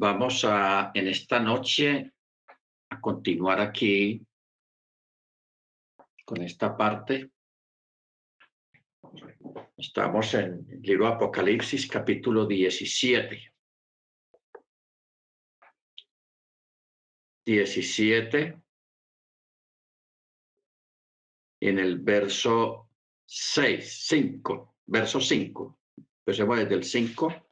Vamos en esta noche, a continuar aquí con esta parte. Estamos en el libro Apocalipsis, capítulo 17. 17, en el verso 5, verso 5. Empecemos desde el 5.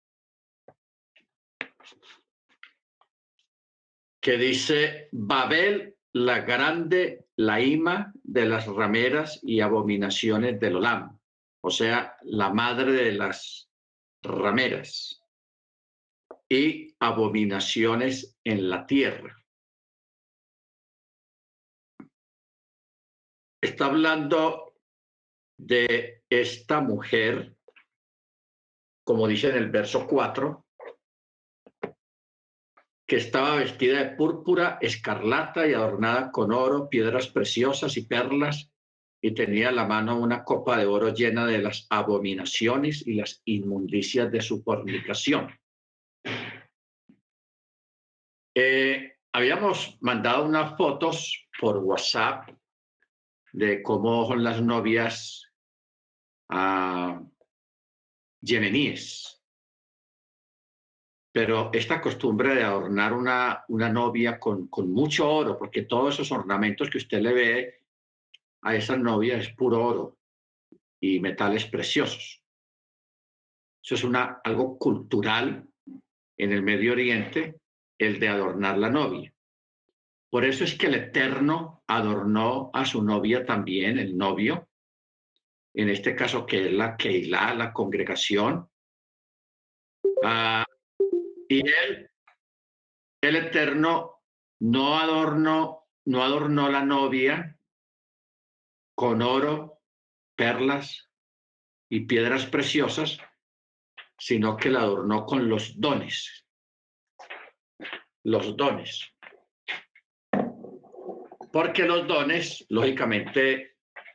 Que dice: Babel la grande, la ima de las rameras y abominaciones del Olam, o sea, la madre de las rameras y abominaciones en la tierra. Está hablando de esta mujer, como dice en el verso 4, que estaba vestida de púrpura, escarlata y adornada con oro, piedras preciosas y perlas, y tenía en la mano una copa de oro llena de las abominaciones y las inmundicias de su fornicación. Habíamos mandado unas fotos por WhatsApp de cómo son las novias yemeníes. Pero esta costumbre de adornar una novia con mucho oro, porque todos esos ornamentos que usted le ve a esa novia es puro oro y metales preciosos. Eso es algo cultural en el Medio Oriente, el de adornar la novia. Por eso es que el Eterno adornó a su novia también, el novio, en este caso que es la Keilah, la congregación, y el Eterno no adornó la novia con oro, perlas y piedras preciosas, sino que la adornó con los dones. Los dones. Porque los dones, lógicamente,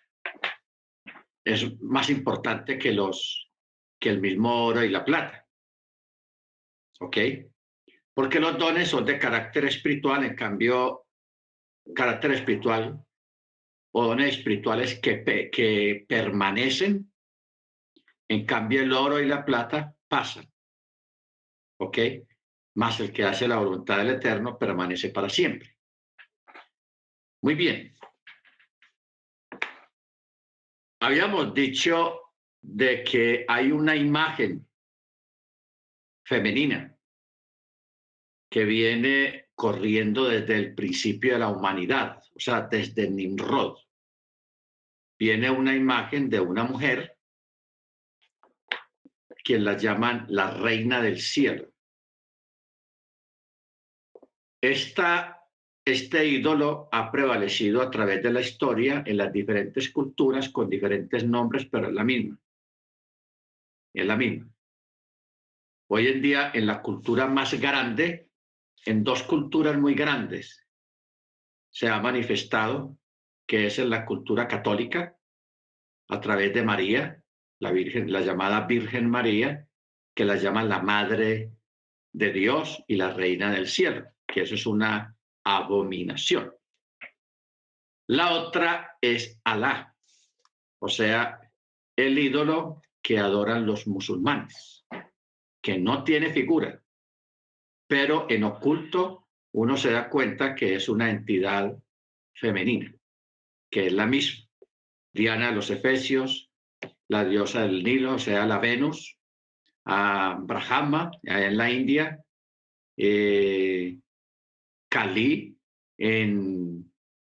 es más importante que el mismo oro y la plata. ¿Ok? Porque los dones son de carácter espiritual, en cambio, carácter espiritual o dones espirituales que permanecen, en cambio el oro y la plata pasan. ¿Ok? Más el que hace la voluntad del Eterno permanece para siempre. Muy bien. Habíamos dicho de que hay una imagen femenina que viene corriendo desde el principio de la humanidad, o sea, desde Nimrod. Viene una imagen de una mujer, quien la llaman la reina del cielo. Este ídolo ha prevalecido a través de la historia en las diferentes culturas con diferentes nombres, pero es la misma. Es la misma. Hoy en día, en la cultura más grande, en dos culturas muy grandes, se ha manifestado, que es en la cultura católica, a través de María, la Virgen, la llamada Virgen María, que la llaman la Madre de Dios y la Reina del Cielo, que eso es una abominación. La otra es Alá, o sea, el ídolo que adoran los musulmanes, que no tiene figura, pero en oculto uno se da cuenta que es una entidad femenina, que es la misma. Diana de los Efesios, la diosa del Nilo, o sea, la Venus, a Brahma, allá en la India, Kali en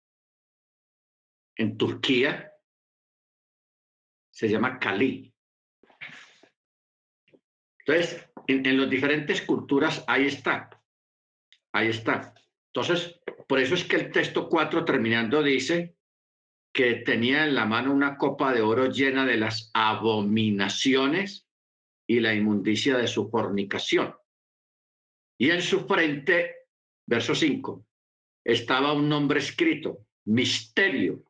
Turquía, se llama Kali. Entonces, en las diferentes culturas, ahí está. Ahí está. Entonces, por eso es que el texto 4 terminando dice que tenía en la mano una copa de oro llena de las abominaciones y la inmundicia de su fornicación. Y en su frente, verso 5, estaba un nombre escrito: Misterio.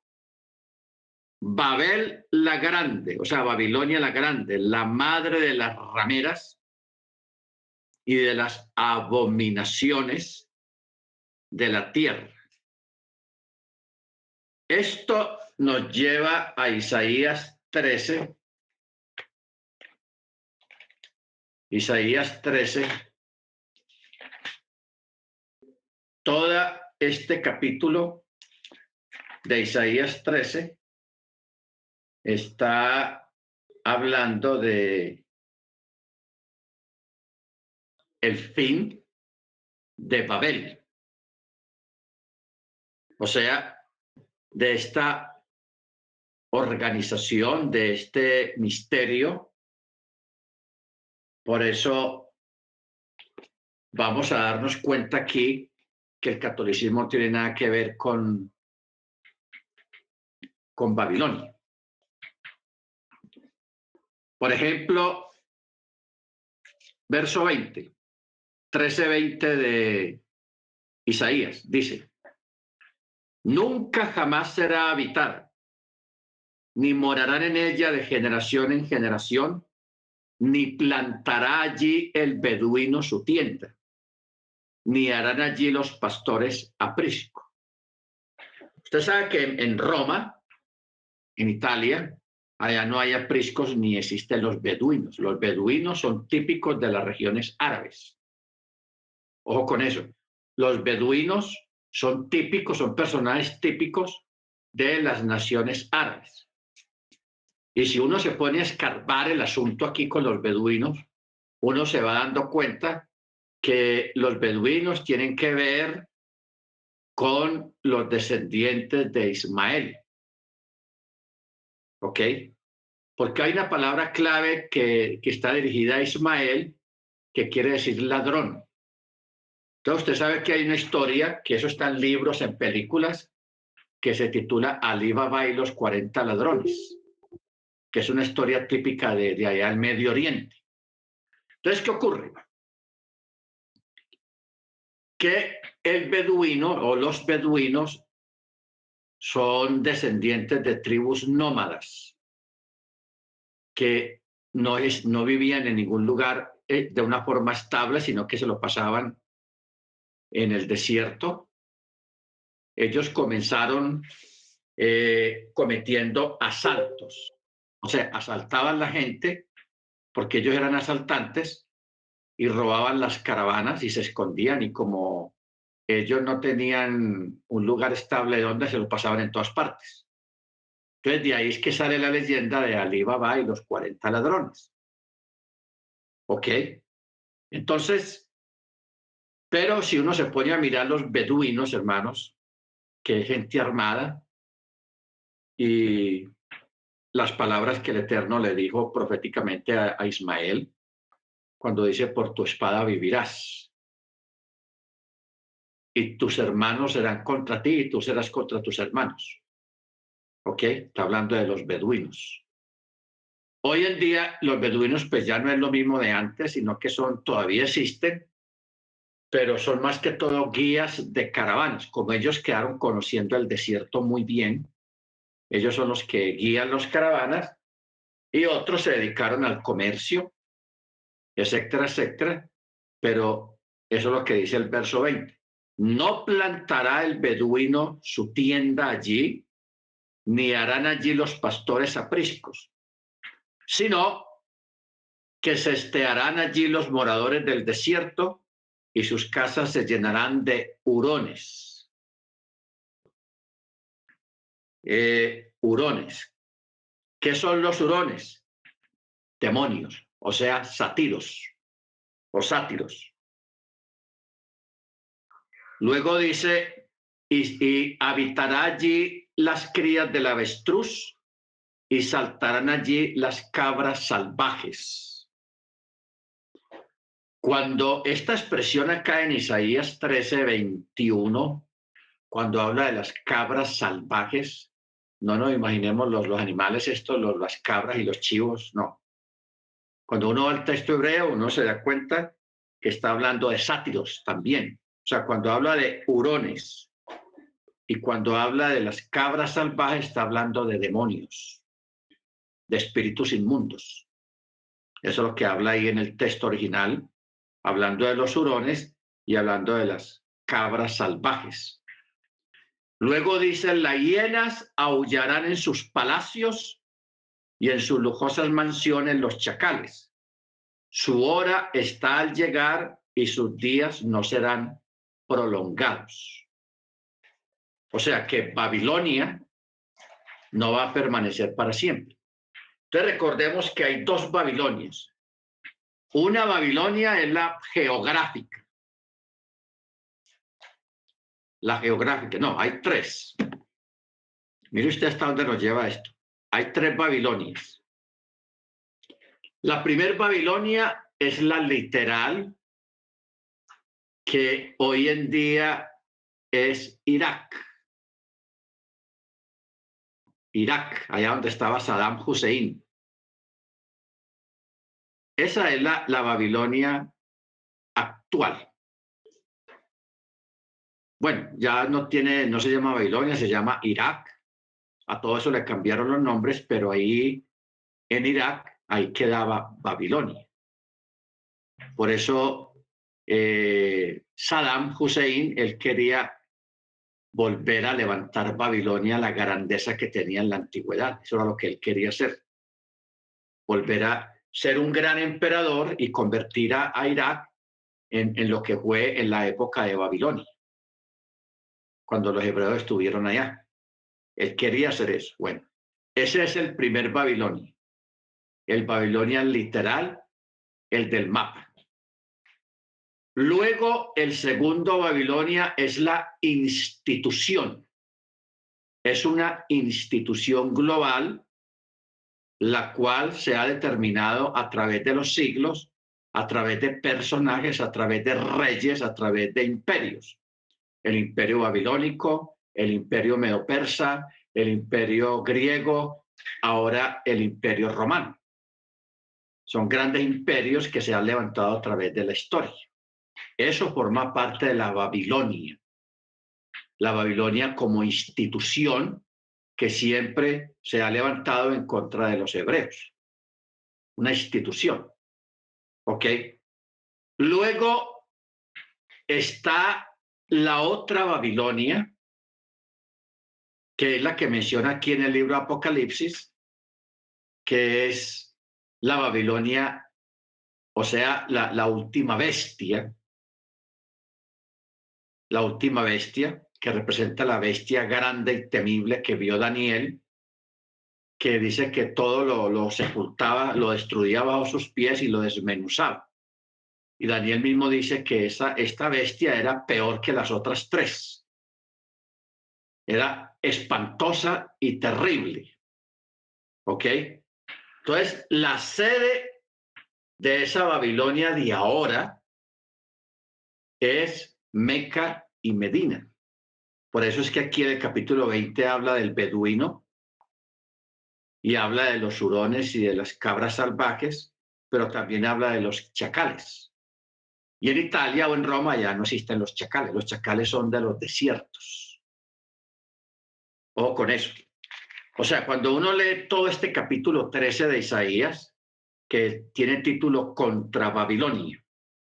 Babel la Grande, o sea, Babilonia la Grande, la madre de las rameras y de las abominaciones de la tierra. Esto nos lleva a Isaías 13. Isaías 13. Todo este capítulo de Isaías 13 está hablando de el fin de Babel. O sea, de esta organización, de este misterio. Por eso vamos a darnos cuenta aquí que el catolicismo no tiene nada que ver con Babilonia. Por ejemplo, verso 20, 13:20 de Isaías, dice: nunca jamás será habitada, ni morarán en ella de generación en generación, ni plantará allí el beduino su tienda, ni harán allí los pastores aprisco. Usted sabe que en Roma, en Italia, allá no hay apriscos ni existen los beduinos. Los beduinos son típicos de las regiones árabes. Ojo con eso. Los beduinos son típicos, son personajes típicos de las naciones árabes. Y si uno se pone a escarbar el asunto aquí con los beduinos, uno se va dando cuenta que los beduinos tienen que ver con los descendientes de Ismael. ¿Ok? Porque hay una palabra clave que está dirigida a Ismael, que quiere decir ladrón. Entonces usted sabe que hay una historia, que eso está en libros, en películas, que se titula Alí Baba y los 40 ladrones, que es una historia típica de allá del Medio Oriente. Entonces, ¿qué ocurre? Que el beduino o los beduinos son descendientes de tribus nómadas que no vivían en ningún lugar de una forma estable, sino que se lo pasaban en el desierto. Ellos comenzaron cometiendo asaltos, o sea, asaltaban la gente porque ellos eran asaltantes y robaban las caravanas y se escondían, y como ellos no tenían un lugar estable donde, se lo pasaban en todas partes. Entonces de ahí es que sale la leyenda de Alí Baba y los 40 ladrones. ¿Ok? Entonces, pero si uno se pone a mirar los beduinos, hermanos, que es gente armada, y las palabras que el Eterno le dijo proféticamente a Ismael, cuando dice: por tu espada vivirás, y tus hermanos serán contra ti, y tú serás contra tus hermanos. ¿Ok? Está hablando de los beduinos. Hoy en día los beduinos pues ya no es lo mismo de antes, sino que todavía existen, pero son más que todo guías de caravanas. Como ellos quedaron conociendo el desierto muy bien, ellos son los que guían las caravanas, y otros se dedicaron al comercio, etcétera, etcétera. Pero eso es lo que dice el verso 20. No plantará el beduino su tienda allí, ni harán allí los pastores apriscos, sino que se estearán allí los moradores del desierto, y sus casas se llenarán de hurones. Hurones. ¿Qué son los hurones? Demonios, o sea, sátiros o sátiros. Luego dice: y habitará allí las crías del avestruz, y saltarán allí las cabras salvajes. Cuando esta expresión acá en Isaías 13:21, cuando habla de las cabras salvajes, no nos imaginemos los animales estos, las cabras y los chivos, no. Cuando uno va al texto hebreo, uno se da cuenta que está hablando de sátiros también. O sea, cuando habla de hurones y cuando habla de las cabras salvajes, está hablando de demonios, de espíritus inmundos. Eso es lo que habla ahí en el texto original. hablando de los hurones y hablando de las cabras salvajes. Luego dice, las hienas aullarán en sus palacios y en sus lujosas mansiones los chacales. Su hora está al llegar y sus días no serán prolongados. O sea que Babilonia no va a permanecer para siempre. Entonces recordemos que hay dos Babilonias. Una Babilonia es la geográfica. La geográfica, no, hay tres. Mire usted hasta dónde nos lleva esto. Hay tres Babilonias. La primera Babilonia es la literal, que hoy en día es Irak. Irak, allá donde estaba Saddam Hussein. Esa es la Babilonia actual. Bueno, ya no se llama Babilonia, se llama Irak. A todo eso le cambiaron los nombres, pero ahí en Irak, ahí quedaba Babilonia. Por eso Saddam Hussein, él quería volver a levantar Babilonia, la grandeza que tenía en la antigüedad. Eso era lo que él quería hacer. Volver a ser un gran emperador y convertir a Irak en lo que fue en la época de Babilonia, cuando los hebreos estuvieron allá. Él quería hacer eso. Bueno, ese es el primer Babilonia. El Babilonia literal, el del mapa. Luego, el segundo Babilonia es la institución. Es una institución global, la cual se ha determinado a través de los siglos, a través de personajes, a través de reyes, a través de imperios. El imperio babilónico, el imperio medo-persa, el imperio griego, ahora el imperio romano. Son grandes imperios que se han levantado a través de la historia. Eso forma parte de la Babilonia. La Babilonia como institución que siempre se ha levantado en contra de los hebreos. Una institución. ¿Ok? Luego está la otra Babilonia, que es la que menciona aquí en el libro Apocalipsis, que es la Babilonia, o sea, la última bestia. La última bestia, que representa la bestia grande y temible que vio Daniel, que dice que todo lo sepultaba, lo destruía bajo sus pies y lo desmenuzaba. Y Daniel mismo dice que esta bestia era peor que las otras tres. Era espantosa y terrible. ¿Ok? Entonces, la sede de esa Babilonia de ahora es Meca y Medina. Por eso es que aquí en el capítulo 20 habla del beduino y habla de los hurones y de las cabras salvajes, pero también habla de los chacales. Y en Italia o en Roma ya no existen los chacales son de los desiertos. Ojo con eso. O sea, cuando uno lee todo este capítulo 13 de Isaías, que tiene título Contra Babilonia.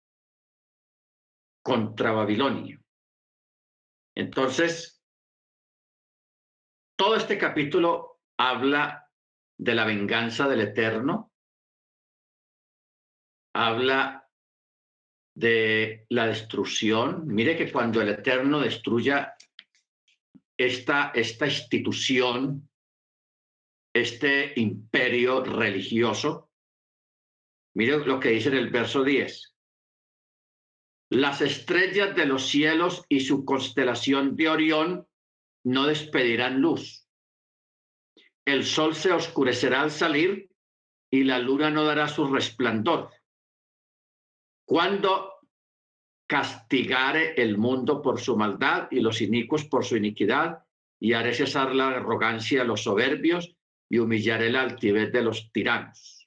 Contra Babilonia. Entonces, todo este capítulo habla de la venganza del Eterno, habla de la destrucción. Mire que cuando el Eterno destruya esta institución, este imperio religioso, mire lo que dice en el verso 10. Las estrellas de los cielos y su constelación de Orión no despedirán luz. El sol se oscurecerá al salir y la luna no dará su resplandor. Cuando castigare el mundo por su maldad y los inicuos por su iniquidad, y haré cesar la arrogancia de los soberbios y humillaré la altivez de los tiranos.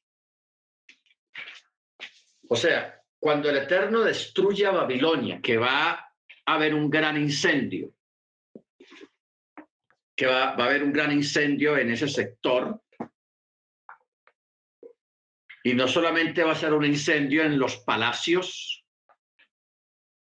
O sea, cuando el Eterno destruya Babilonia, que va a haber un gran incendio, que va a haber un gran incendio en ese sector, y no solamente va a ser un incendio en los palacios,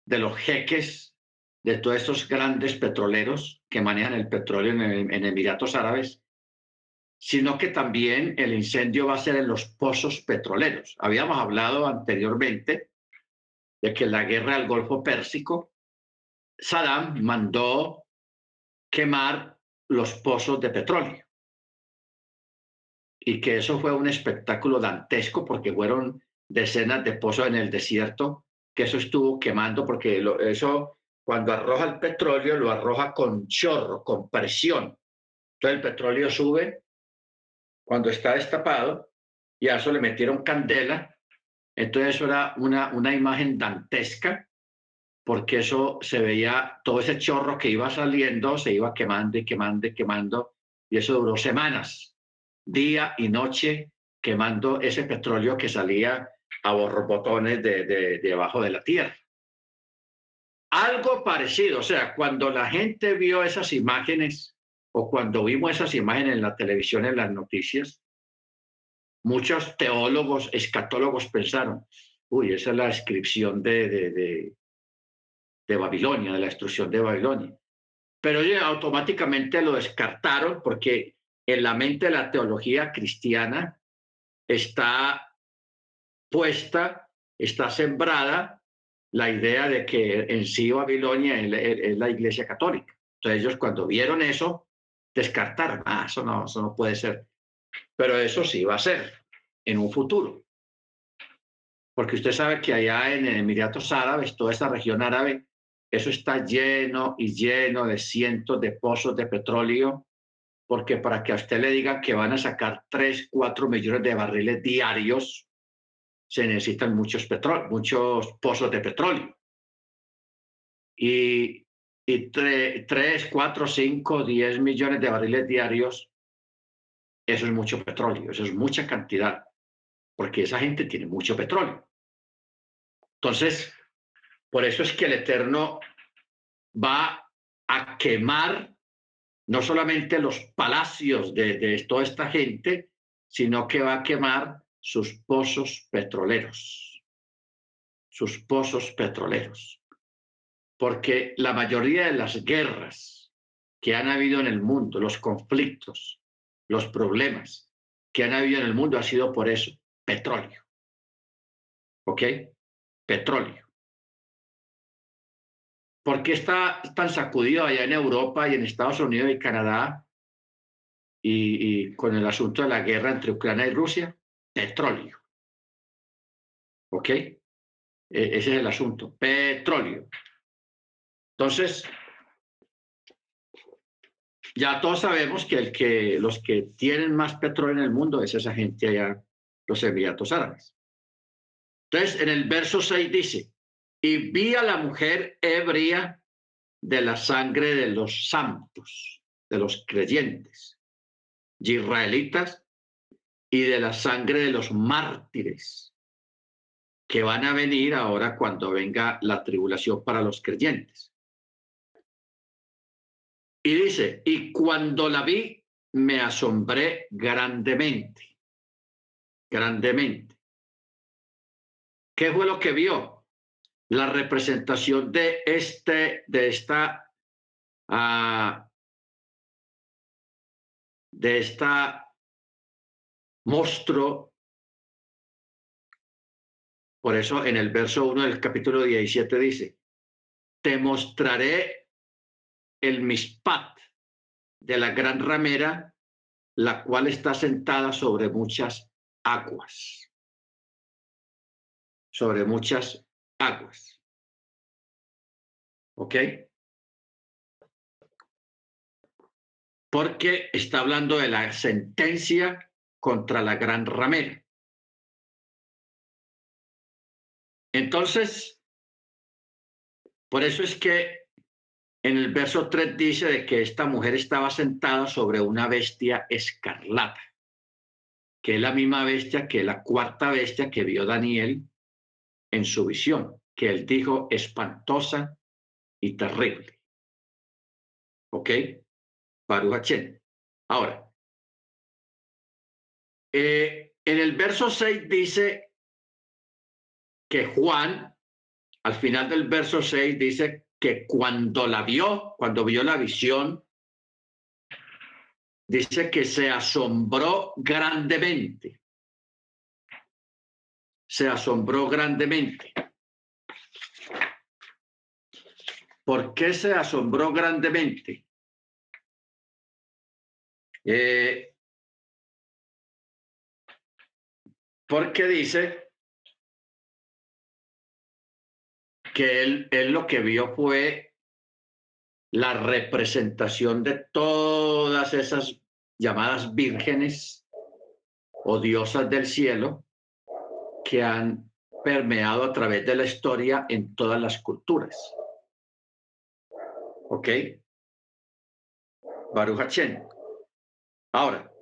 de los jeques, de todos estos grandes petroleros que manejan el petróleo en Emiratos Árabes, sino que también el incendio va a ser en los pozos petroleros. Habíamos hablado anteriormente de que en la guerra del Golfo Pérsico, Saddam mandó quemar los pozos de petróleo y que eso fue un espectáculo dantesco porque fueron decenas de pozos en el desierto que eso estuvo quemando porque eso cuando arroja el petróleo lo arroja con chorro, con presión. Entonces el petróleo sube cuando está destapado y a eso le metieron candela. Entonces eso era una imagen dantesca porque eso se veía, todo ese chorro que iba saliendo se iba quemando y quemando y quemando y eso duró semanas, día y noche quemando ese petróleo que salía a borbotones de abajo de la tierra. Algo parecido, o sea, cuando la gente vio esas imágenes o cuando vimos esas imágenes en la televisión, en las noticias, muchos teólogos, escatólogos pensaron, uy, esa es la descripción de Babilonia, de la destrucción de Babilonia. Pero ya automáticamente lo descartaron porque en la mente de la teología cristiana está puesta, está sembrada la idea de que en sí Babilonia es la iglesia católica. Entonces ellos cuando vieron eso, descartaron, eso no puede ser. Pero eso sí va a ser en un futuro. Porque usted sabe que allá en Emiratos Árabes, toda esta región árabe, eso está lleno y lleno de cientos de pozos de petróleo, porque para que a usted le digan que van a sacar 3, 4 millones de barriles diarios, se necesitan muchos pozos de petróleo. Y 3, 4, 5, 10 millones de barriles diarios, eso es mucho petróleo, eso es mucha cantidad, porque esa gente tiene mucho petróleo. Entonces, por eso es que el Eterno va a quemar no solamente los palacios de toda esta gente, sino que va a quemar sus pozos petroleros, sus pozos petroleros. Porque la mayoría de las guerras que han habido en el mundo, los conflictos, los problemas que han habido en el mundo ha sido por eso, petróleo. ¿Ok? Petróleo. ¿Por qué está tan sacudido allá en Europa y en Estados Unidos y Canadá y con el asunto de la guerra entre Ucrania y Rusia? Petróleo. ¿Ok? Ese es el asunto. Petróleo. Entonces, ya todos sabemos que los que tienen más petróleo en el mundo es esa gente allá, los Emiratos Árabes. Entonces, en el verso 6 dice, y vi a la mujer ebria de la sangre de los santos, de los creyentes, israelitas, y de la sangre de los mártires, que van a venir ahora cuando venga la tribulación para los creyentes. Y dice, y cuando la vi, me asombré grandemente, grandemente. ¿Qué fue lo que vio? La representación de esta monstruo. Por eso en el verso 1 del capítulo 17 dice, te mostraré el Mishpat de la gran ramera, la cual está sentada sobre muchas aguas. Sobre muchas aguas. ¿Ok? Porque está hablando de la sentencia contra la gran ramera. Entonces, por eso es que en el verso 3 dice de que esta mujer estaba sentada sobre una bestia escarlata, que es la misma bestia que la cuarta bestia que vio Daniel en su visión, que él dijo espantosa y terrible. ¿Ok? Baruch Hachén. Ahora, en el verso 6 dice que Juan al final del verso 6 dice que cuando vio la visión, dice que se asombró grandemente. Se asombró grandemente. ¿Por qué se asombró grandemente? Porque dice que él lo que vio fue la representación de todas esas llamadas vírgenes o diosas del cielo que han permeado a través de la historia en todas las culturas. ¿Ok? Baruch Hashem. Ahora,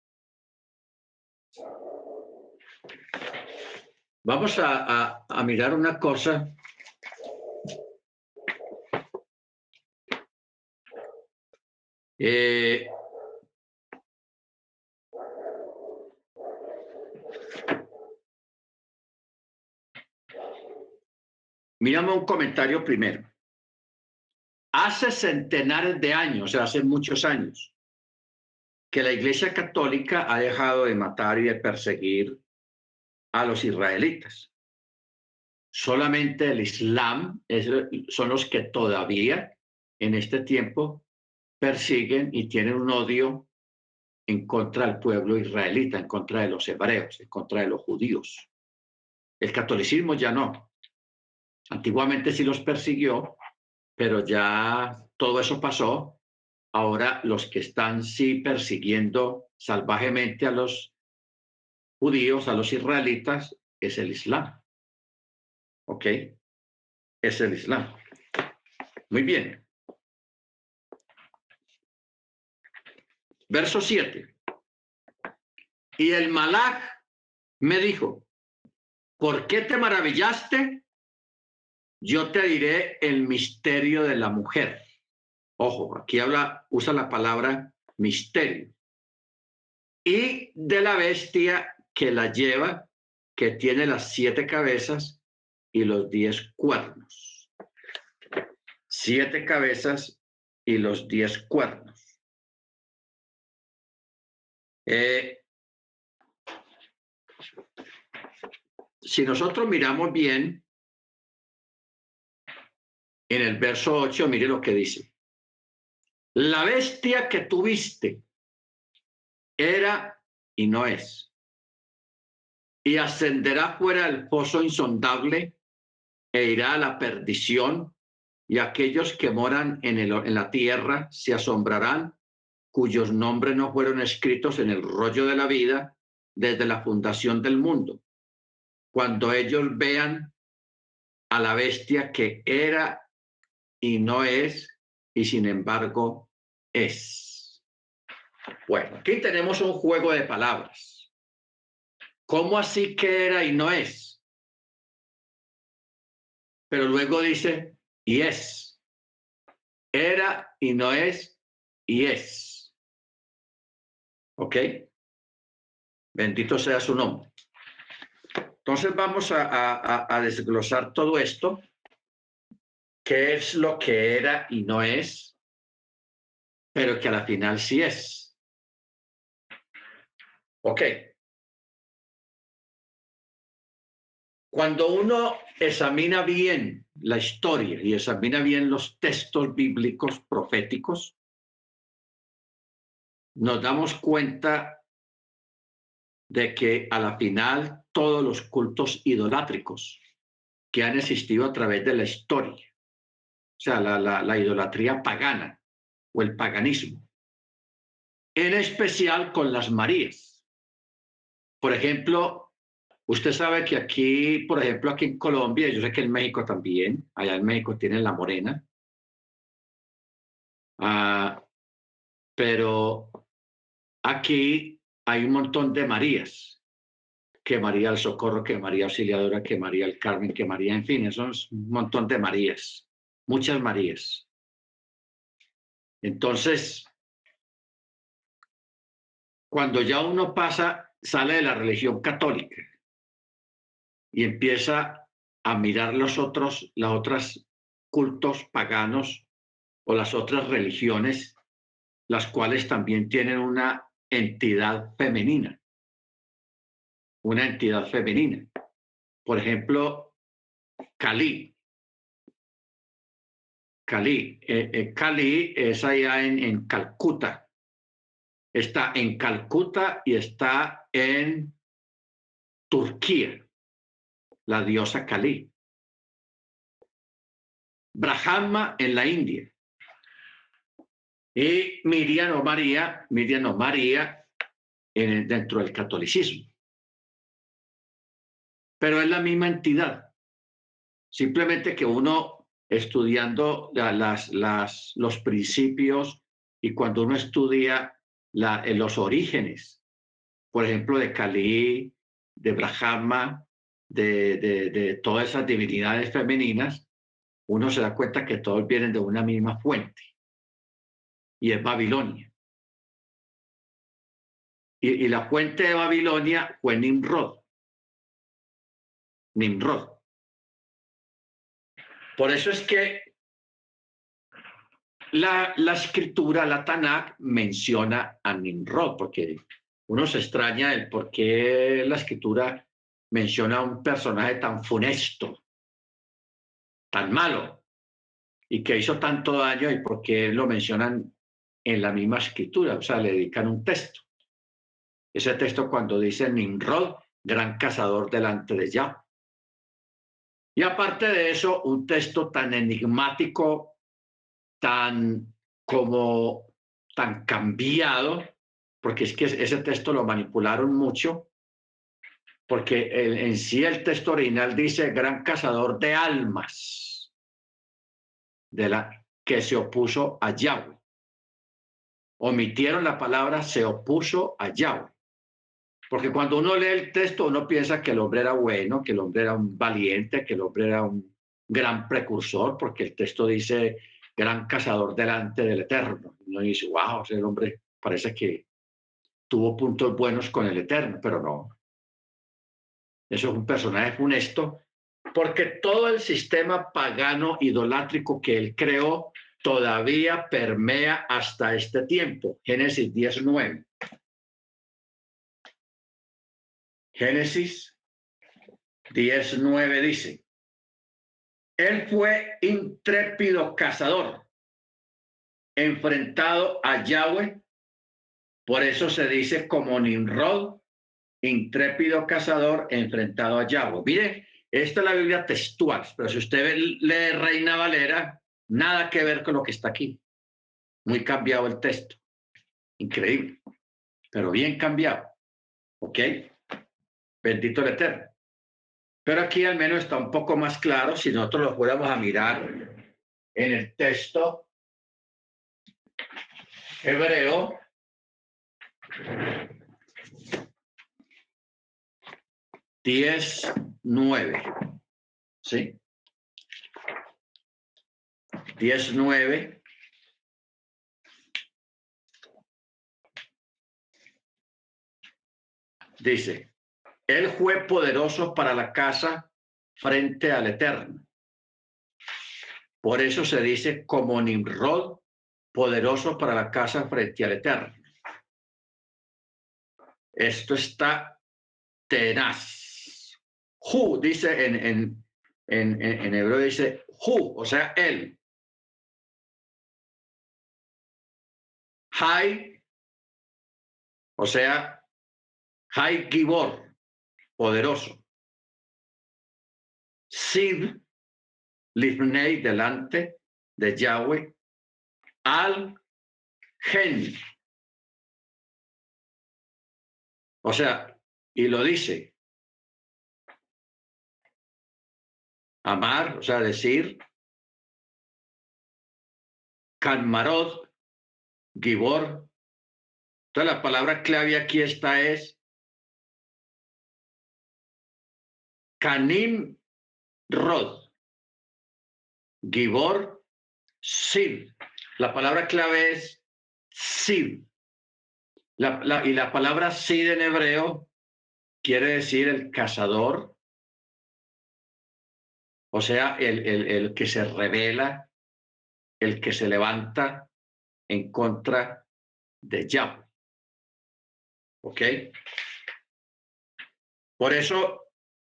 vamos a mirar una cosa. Miramos un comentario primero. Hace centenares de años, o sea, hace muchos años, que la Iglesia Católica ha dejado de matar y de perseguir a los israelitas. Solamente el Islam son los que todavía en este tiempo persiguen y tienen un odio en contra del pueblo israelita, en contra de los hebreos, en contra de los judíos. El catolicismo ya no. Antiguamente sí los persiguió, pero ya todo eso pasó. Ahora los que están sí persiguiendo salvajemente a los judíos, a los israelitas, es el Islam. ¿Ok? Es el Islam. Muy bien. Verso 7. Y el malaj me dijo, ¿por qué te maravillaste? Yo te diré el misterio de la mujer. Ojo, aquí usa la palabra misterio. Y de la bestia que la lleva, que tiene las 7 cabezas y los 10 cuernos. 7 cabezas y los 10 cuernos. Si nosotros miramos bien, en el verso 8, mire lo que dice. La bestia que tuviste era y no es, y ascenderá fuera del pozo insondable e irá a la perdición, y aquellos que moran en la tierra se asombrarán, cuyos nombres no fueron escritos en el rollo de la vida desde la fundación del mundo, cuando ellos vean a la bestia que era y no es, y sin embargo es. Bueno, aquí tenemos un juego de palabras. ¿Cómo así que era y no es? Pero luego dice, y es. Era y no es, y es. ¿Ok? Bendito sea su nombre. Entonces vamos a desglosar todo esto. ¿Qué es lo que era y no es? Pero que a la final sí es. ¿Ok? Cuando uno examina bien la historia y examina bien los textos bíblicos proféticos, nos damos cuenta de que a la final todos los cultos idolátricos que han existido a través de la historia, o sea, la idolatría pagana o el paganismo, en especial con las Marías. Por ejemplo, usted sabe que aquí, por ejemplo, aquí en Colombia, yo sé que en México también, allá en México tienen la morena, pero aquí hay un montón de Marías, que María del Socorro, que María Auxiliadora, que María del Carmen, que María, en fin, son un montón de Marías, muchas Marías. Entonces, cuando ya uno sale de la religión católica y empieza a mirar los otros cultos paganos o las otras religiones, las cuales también tienen una entidad femenina. Por ejemplo, Kali. Kali es allá en Calcuta. Está en Calcuta y está en Turquía, la diosa Kali. Brahma en la India. Y Miriam o María dentro del catolicismo. Pero es la misma entidad. Simplemente que uno estudiando los principios y cuando uno estudia los orígenes, por ejemplo, de Kali, de Brahma, de todas esas divinidades femeninas, uno se da cuenta que todos vienen de una misma fuente, y es Babilonia. Y la fuente de Babilonia fue Nimrod. Por eso es que la escritura, la Tanakh, menciona a Nimrod, porque uno se extraña del por qué la escritura menciona a un personaje tan funesto, tan malo, y que hizo tanto daño, y por qué lo mencionan en la misma escritura, o sea, le dedican un texto. Ese texto cuando dice Nimrod, gran cazador delante de Yahweh. Y aparte de eso, un texto tan enigmático, tan cambiado, porque es que ese texto lo manipularon mucho, porque en sí el texto original dice gran cazador de almas, que se opuso a Yahweh. Omitieron la palabra se opuso a Yahweh. Porque cuando uno lee el texto, uno piensa que el hombre era bueno, que el hombre era un valiente, que el hombre era un gran precursor, porque el texto dice gran cazador delante del Eterno. Uno dice, wow, ese hombre parece que tuvo puntos buenos con el Eterno, pero no. Eso es un personaje funesto, porque todo el sistema pagano idolátrico que él creó todavía permea hasta este tiempo. Génesis 10:9. Génesis 10:9 dice, él fue intrépido cazador, enfrentado a Yahweh, por eso se dice como Nimrod, intrépido cazador, enfrentado a Yahweh. Mire, esta es la Biblia textual, pero si usted lee Reina Valera, nada que ver con lo que está aquí. Muy cambiado el texto. Increíble, pero bien cambiado. ¿Ok? Bendito el Eterno. Pero aquí al menos está un poco más claro si nosotros lo fuéramos a mirar en el texto hebreo. Diez, 9. ¿Sí? 10:9. Dice, él fue poderoso para la casa frente al Eterno. Por eso se dice como Nimrod, poderoso para la casa frente al Eterno. Esto está tenaz. Hu dice en hebreo, dice Hu, o sea, él. Hay, o sea, Hay Gibor, poderoso. Sid, Lifnei, delante de Yahweh. Al Gen. O sea, y lo dice. Amar, o sea, decir. Canmarod, Gibor. Entonces la palabra clave aquí es Canim Rod, Gibor, Sid. La palabra clave es Sid. Y la palabra Sid en hebreo quiere decir el cazador O sea, el que se revela, el que se levanta en contra de Yahweh. ¿Ok? Por eso,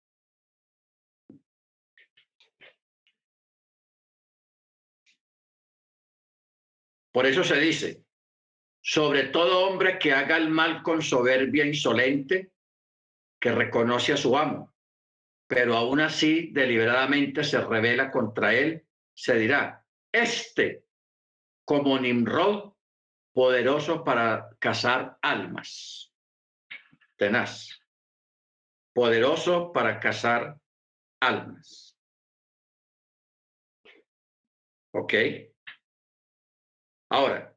se dice, sobre todo hombre que haga el mal con soberbia insolente, que reconoce a su amo, pero aún así deliberadamente se rebela contra él, se dirá, como Nimrod, poderoso para cazar almas, tenaz, poderoso para cazar almas. ¿Ok? Ahora,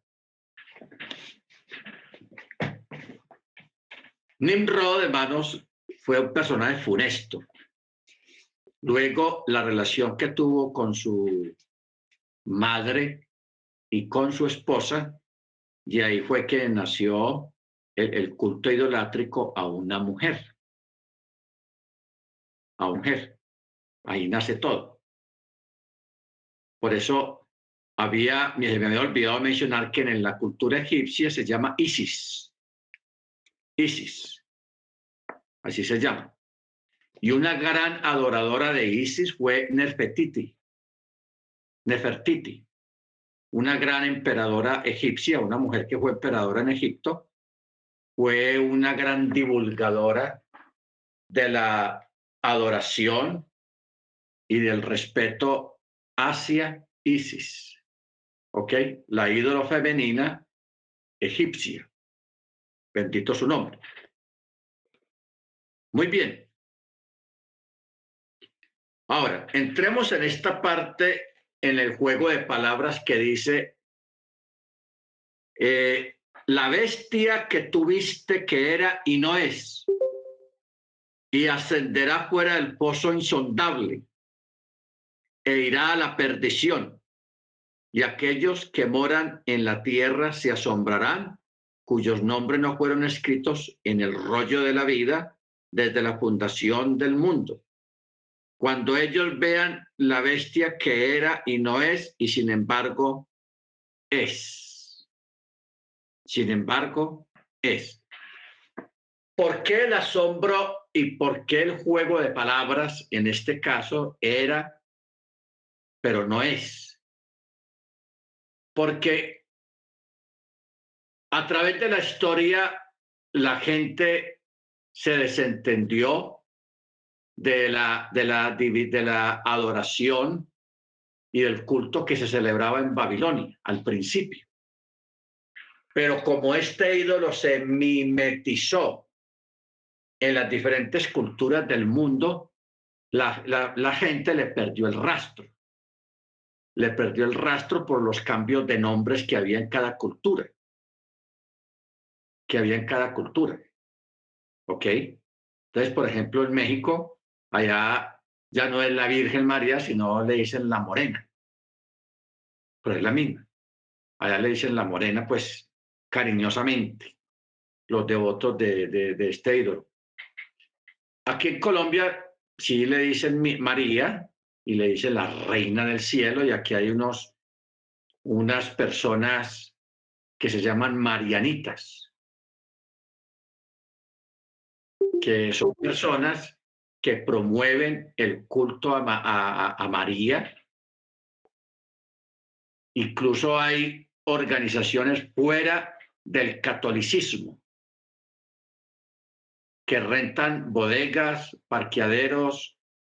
Nimrod, hermanos, fue un personaje funesto. Luego, la relación que tuvo con su madre y con su esposa, y ahí fue que nació el culto idolátrico a una mujer. A mujer. Ahí nace todo. Por eso me había olvidado mencionar que en la cultura egipcia se llama Isis. Isis. Así se llama. Y una gran adoradora de Isis fue Nefertiti. Nefertiti, una gran emperadora egipcia, una mujer que fue emperadora en Egipto, fue una gran divulgadora de la adoración y del respeto hacia Isis, ¿ok? La ídolo femenina egipcia. Bendito su nombre. Muy bien. Ahora, entremos en esta parte, en el juego de palabras que dice, la bestia que tuviste que era y no es, y ascenderá fuera del pozo insondable, e irá a la perdición, y aquellos que moran en la tierra se asombrarán, cuyos nombres no fueron escritos en el rollo de la vida desde la fundación del mundo. Cuando ellos vean la bestia que era y no es, y sin embargo es. Sin embargo es. ¿Por qué el asombro y por qué el juego de palabras en este caso era, pero no es? Porque a través de la historia la gente se desentendió de la adoración y del culto que se celebraba en Babilonia al principio. Pero como este ídolo se mimetizó en las diferentes culturas del mundo, la gente le perdió el rastro. Le perdió el rastro por los cambios de nombres que había en cada cultura. ¿Ok? Entonces, por ejemplo, en México, allá ya no es la Virgen María, sino le dicen la Morena. Pero es la misma. Allá le dicen la Morena, pues cariñosamente, los devotos de este ídolo. Aquí en Colombia sí le dicen María y le dicen la Reina del Cielo, y aquí hay unas personas que se llaman marianitas, que son personas que promueven el culto a María. Incluso hay organizaciones fuera del catolicismo que rentan bodegas, parqueaderos,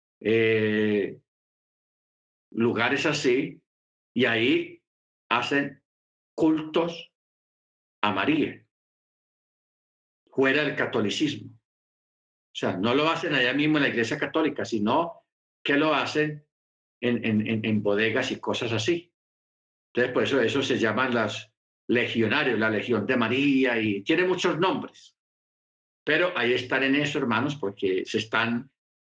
lugares así, y ahí hacen cultos a María, fuera del catolicismo. O sea, no lo hacen allá mismo en la Iglesia Católica, sino que lo hacen en bodegas y cosas así. Entonces, por eso se llaman las legionarios, la Legión de María, y tiene muchos nombres. Pero ahí están en eso, hermanos, porque están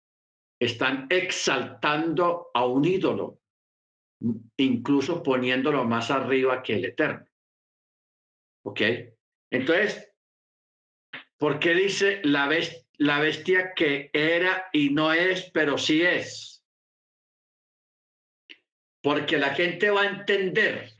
exaltando a un ídolo, incluso poniéndolo más arriba que el Eterno. ¿Ok? Entonces, ¿por qué dice la bestia que era y no es, pero sí es? porque la gente va a entender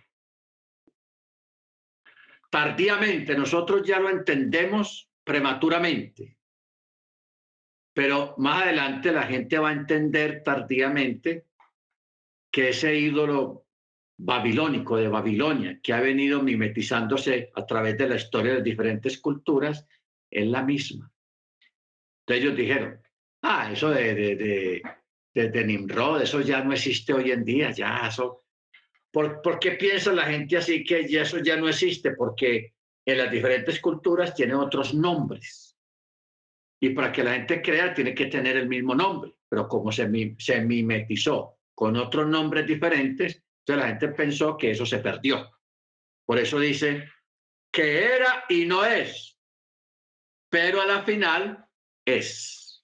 tardíamente. Nosotros ya lo entendemos prematuramente, pero más adelante la gente va a entender tardíamente que ese ídolo babilónico de Babilonia, que ha venido mimetizándose a través de la historia de diferentes culturas, es la misma. Entonces ellos dijeron, eso de Nimrod, eso ya no existe hoy en día, ya eso. ¿Por qué piensa la gente así que eso ya no existe? Porque en las diferentes culturas tiene otros nombres. Y para que la gente crea tiene que tener el mismo nombre, pero como se mimetizó con otros nombres diferentes, entonces la gente pensó que eso se perdió. Por eso dice que era y no es, pero a la final es.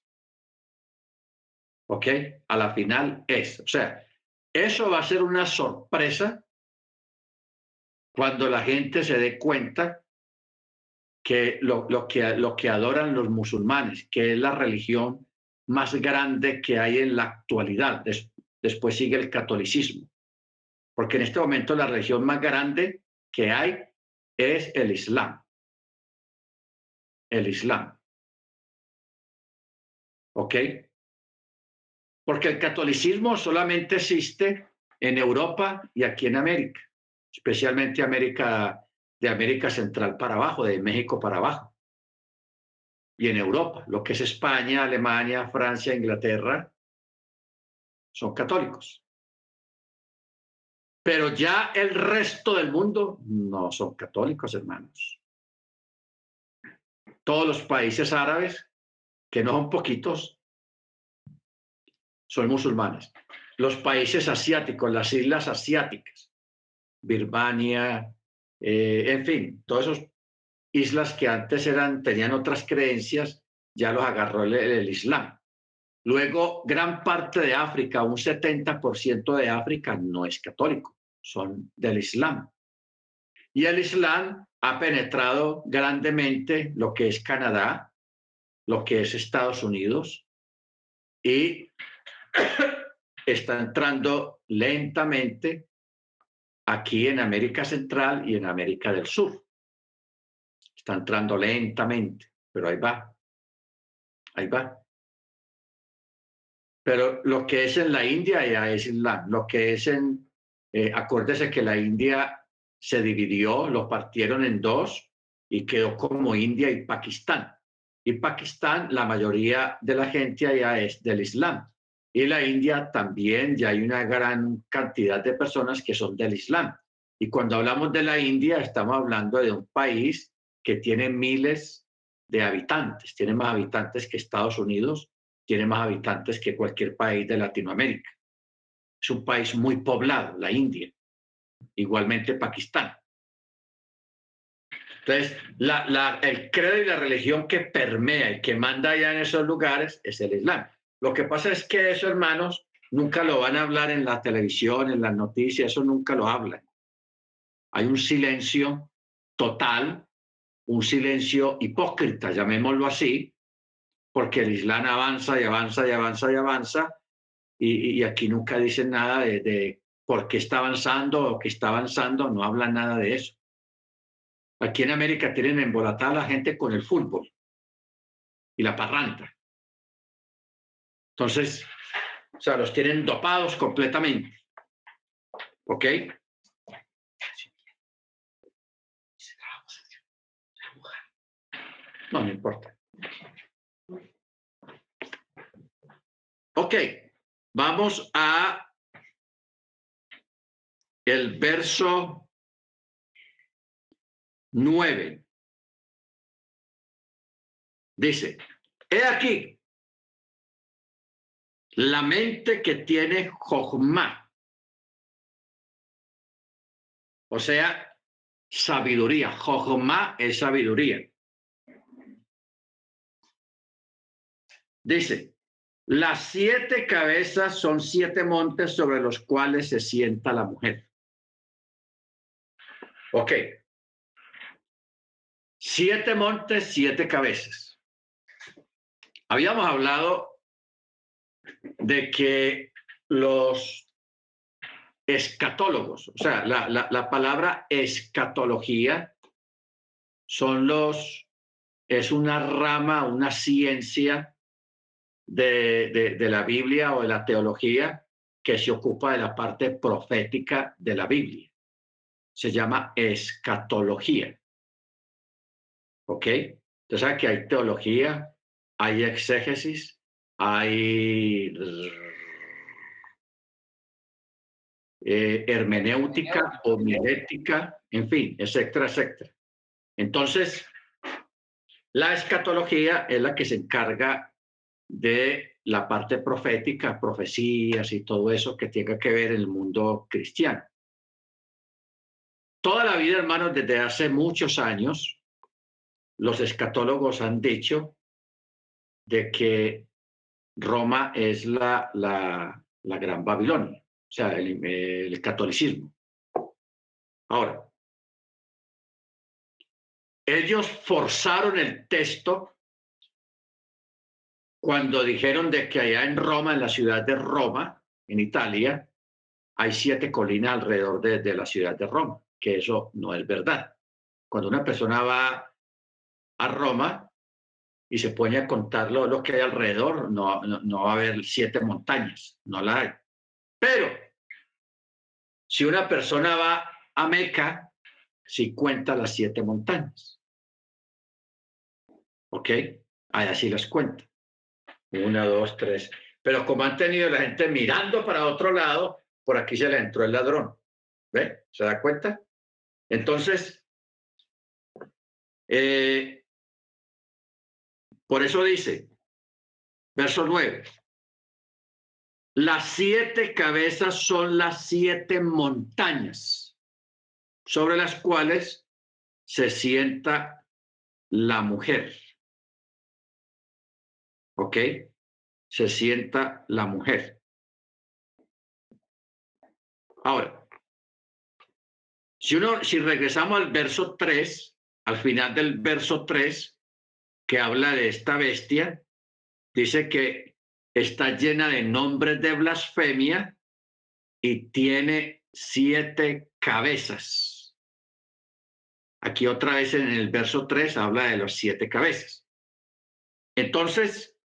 ¿Ok? A la final es. O sea, eso va a ser una sorpresa cuando la gente se dé cuenta que lo que adoran los musulmanes, que es la religión más grande que hay en la actualidad. Después sigue el catolicismo, porque en este momento la religión más grande que hay es el Islam. El Islam. ¿Ok? Porque el catolicismo solamente existe en Europa y aquí en América, especialmente de América Central para abajo, de México para abajo. Y en Europa, lo que es España, Alemania, Francia, Inglaterra, son católicos. Pero ya el resto del mundo no son católicos, hermanos. Todos los países árabes, que no son poquitos, son musulmanes. Los países asiáticos, las islas asiáticas, Birmania, en fin, todas esas islas que antes tenían otras creencias, ya los agarró el Islam. Luego, gran parte de África, un 70% de África no es católico, son del Islam. Y el Islam ha penetrado grandemente lo que es Canadá, lo que es Estados Unidos, y está entrando lentamente aquí en América Central y en América del Sur. Está entrando lentamente, pero ahí va. Ahí va. Pero lo que es en la India ya es Islam. Lo que es acuérdese que la India se dividió, lo partieron en dos y quedó como India y Pakistán. Y Pakistán, la mayoría de la gente allá es del Islam. Y la India también, ya hay una gran cantidad de personas que son del Islam. Y cuando hablamos de la India, estamos hablando de un país que tiene miles de habitantes, tiene más habitantes que Estados Unidos, tiene más habitantes que cualquier país de Latinoamérica. Es un país muy poblado, la India, igualmente Pakistán. Entonces, el credo y la religión que permea y que manda allá en esos lugares es el Islam. Lo que pasa es que eso, hermanos, nunca lo van a hablar en la televisión, en las noticias, eso nunca lo hablan. Hay un silencio total, un silencio hipócrita, llamémoslo así, porque el Islam avanza y avanza y avanza y avanza, y aquí nunca dicen nada de por qué está avanzando o qué está avanzando, no hablan nada de eso. Aquí en América tienen embolatada a la gente con el fútbol y la parranda. Entonces, o sea, los tienen dopados completamente. ¿Ok? No, no importa. Ok, vamos a el verso 9. Dice, he aquí la mente que tiene Jochma, o sea, sabiduría. Jochma es sabiduría. Dice, las 7 cabezas son 7 montes sobre los cuales se sienta la mujer. Ok. 7 montes, 7 cabezas. Habíamos hablado de que los escatólogos. O sea, la palabra escatología es una rama, una ciencia de la Biblia o de la teología que se ocupa de la parte profética de la Biblia. Se llama escatología. ¿Ok? Entonces, ¿sabe que hay teología, hay exégesis, hay hermenéutica, homilética, en fin, etcétera, etcétera. Entonces, la escatología es la que se encarga de la parte profética, profecías y todo eso que tenga que ver en el mundo cristiano. Toda la vida, hermanos, desde hace muchos años, los escatólogos han dicho de que Roma es la gran Babilonia, o sea, el catolicismo. Ahora, ellos forzaron el texto cuando dijeron de que allá en Roma, en la ciudad de Roma, en Italia, hay 7 colinas alrededor de la ciudad de Roma, que eso no es verdad. Cuando una persona va a Roma y se pone a contar lo que hay alrededor, no va a haber 7 montañas, no la hay. Pero si una persona va a Meca, sí cuenta las 7 montañas. ¿Ok? Ahí así las cuenta. 1, 2, 3. Pero como han tenido la gente mirando para otro lado, por aquí se le entró el ladrón. ¿Ve? ¿Se da cuenta? Entonces, por eso dice, verso 9, las 7 cabezas son las 7 montañas sobre las cuales se sienta la mujer. ¿Ok? Se sienta la mujer. Ahora, si regresamos al verso 3, al final del verso 3, que habla de esta bestia, dice que está llena de nombres de blasfemia y tiene 7 cabezas. Aquí otra vez en el verso 3 habla de las 7 cabezas. Entonces,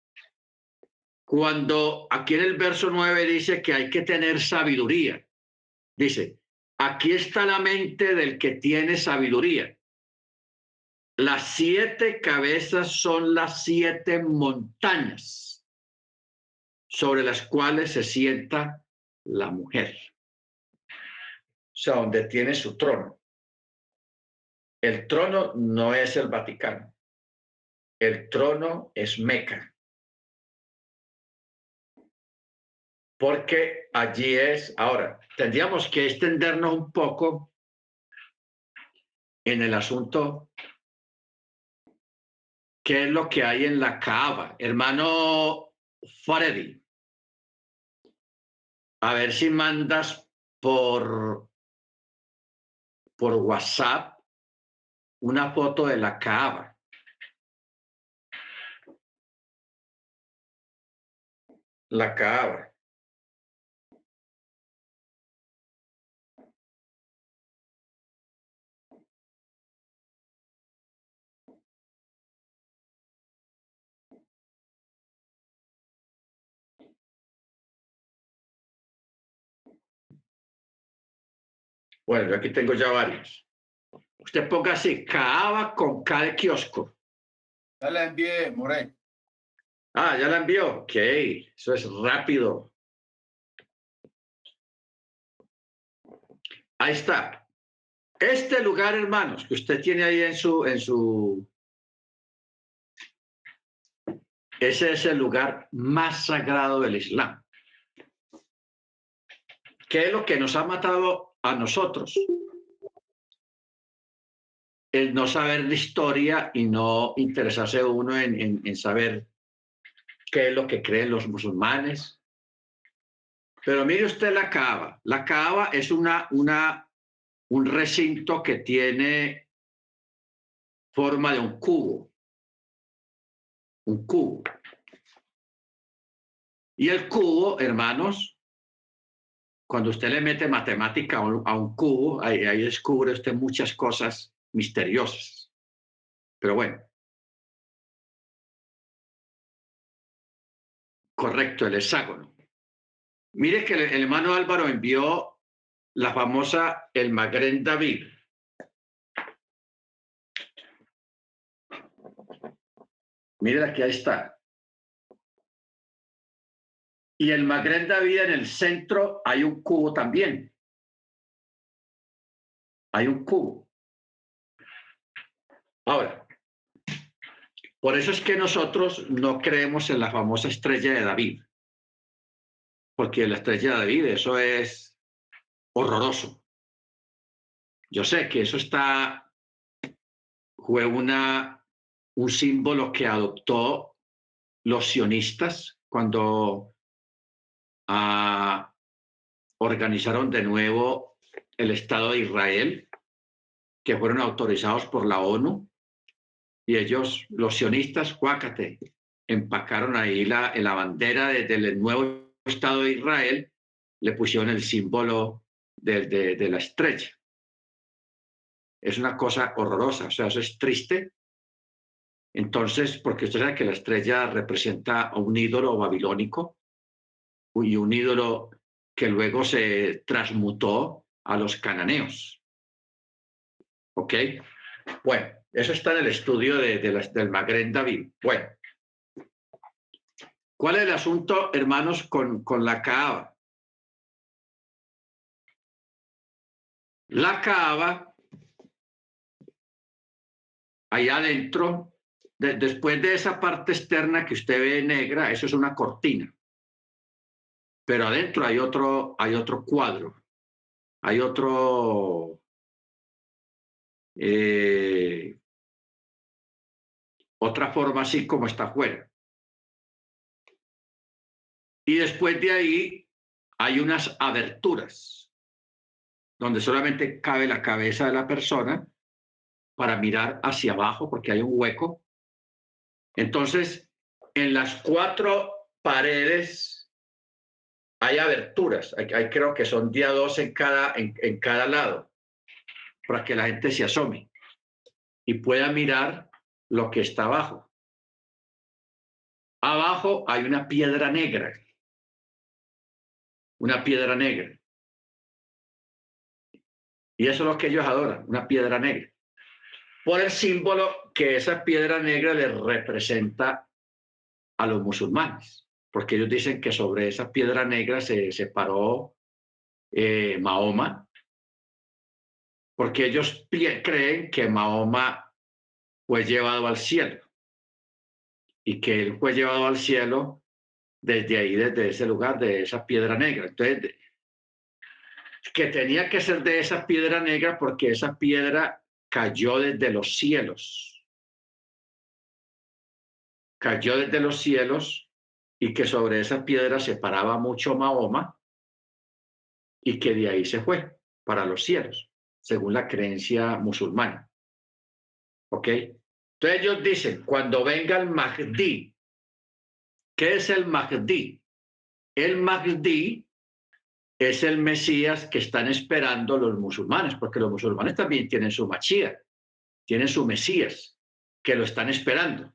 cuando aquí en el verso 9 dice que hay que tener sabiduría, dice, aquí está la mente del que tiene sabiduría. Las 7 cabezas son las 7 montañas sobre las cuales se sienta la mujer. O sea, donde tiene su trono. El trono no es el Vaticano. El trono es Meca. Porque allí es, ahora, tendríamos que extendernos un poco en el asunto, qué es lo que hay en la Kaaba. Hermano Freddy, a ver si mandas por WhatsApp una foto de la Kaaba. La Kaaba. Bueno, yo aquí tengo ya varios. Usted ponga así, Kaaba con K de kiosco. Ya la envié, Moré. Ah, ya la envió. Ok, eso es rápido. Ahí está. Este lugar, hermanos, que usted tiene ahí ese es el lugar más sagrado del Islam. ¿Qué es lo que nos ha matado a nosotros? El no saber la historia y no interesarse uno en saber qué es lo que creen los musulmanes. Pero mire usted la Kaaba. La Kaaba es un recinto que tiene forma de un cubo. Un cubo. Y el cubo, hermanos, cuando usted le mete matemática a un cubo, ahí descubre usted muchas cosas misteriosas. Pero bueno, correcto, el hexágono. Mire que el hermano Álvaro envió la famosa el Magrén David. Mire aquí, ahí está. Y el Magrén David, en el centro hay un cubo también. Hay un cubo. Ahora, por eso es que nosotros no creemos en la famosa estrella de David. Porque la estrella de David, eso es horroroso. Yo sé que eso fue un símbolo que adoptó los sionistas cuando organizaron de nuevo el Estado de Israel, que fueron autorizados por la ONU, y ellos, los sionistas, cuácate, empacaron ahí en la bandera del nuevo Estado de Israel, le pusieron el símbolo de la estrella. Es una cosa horrorosa, o sea, eso es triste. Entonces, porque usted sabe que la estrella representa a un ídolo babilónico y un ídolo que luego se transmutó a los cananeos. ¿Ok? Bueno, eso está en el estudio del Magrén David. Bueno, ¿cuál es el asunto, hermanos, con la Kaaba? La Kaaba, allá adentro, después de esa parte externa que usted ve negra, eso es una cortina. Pero adentro hay otro cuadro, hay otra forma así como está afuera. Y después de ahí hay unas aberturas donde solamente cabe la cabeza de la persona para mirar hacia abajo porque hay un hueco. Entonces, en las 4 paredes hay aberturas. Hay creo que son día 2 en cada lado para que la gente se asome y pueda mirar lo que está abajo. Abajo hay una piedra negra. Una piedra negra. Y eso es lo que ellos adoran, una piedra negra. Por el símbolo que esa piedra negra les representa a los musulmanes. Porque ellos dicen que sobre esa piedra negra se paró Mahoma. Porque ellos creen que Mahoma fue llevado al cielo. Y que él fue llevado al cielo desde ahí, desde ese lugar, de esa piedra negra. Entonces, que tenía que ser de esa piedra negra porque esa piedra cayó desde los cielos. Cayó desde los cielos y que sobre esa piedra se paraba mucho Mahoma y que de ahí se fue para los cielos, según la creencia musulmana. ¿Ok? Entonces ellos dicen, cuando venga el Mahdi, ¿qué es el Mahdi? El Mahdi es el Mesías que están esperando los musulmanes, porque los musulmanes también tienen su Mashiach, tienen su Mesías, que lo están esperando.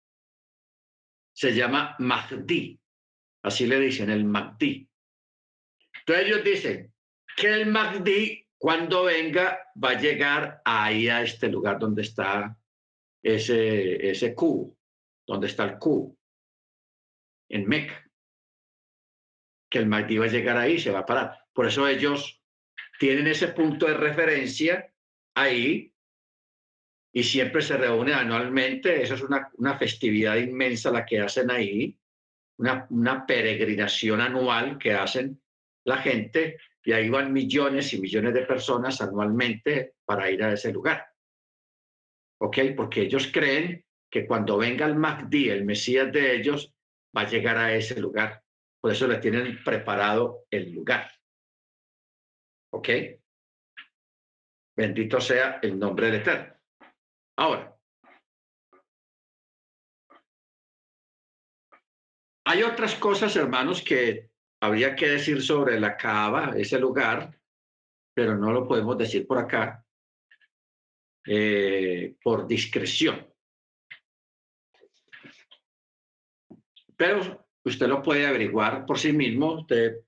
Se llama Mahdi, así le dicen, el Mahdi. Entonces ellos dicen que el Mahdi, cuando venga, va a llegar ahí a este lugar donde está ese cubo, donde está el cubo, en Meca. Que el Mahdi va a llegar ahí y se va a parar. Por eso ellos tienen ese punto de referencia ahí y siempre se reúnen anualmente. Eso es una festividad inmensa la que hacen ahí, una peregrinación anual que hacen la gente y ahí van millones y millones de personas anualmente para ir a ese lugar. ¿Ok? Porque ellos creen que cuando venga el Mahdi, el Mesías de ellos, va a llegar a ese lugar. Por eso le tienen preparado el lugar. ¿Ok? Bendito sea el nombre del Eterno. Ahora, hay otras cosas, hermanos, que habría que decir sobre la Kaaba, ese lugar, pero no lo podemos decir por acá, por discreción. Pero usted lo puede averiguar por sí mismo. Usted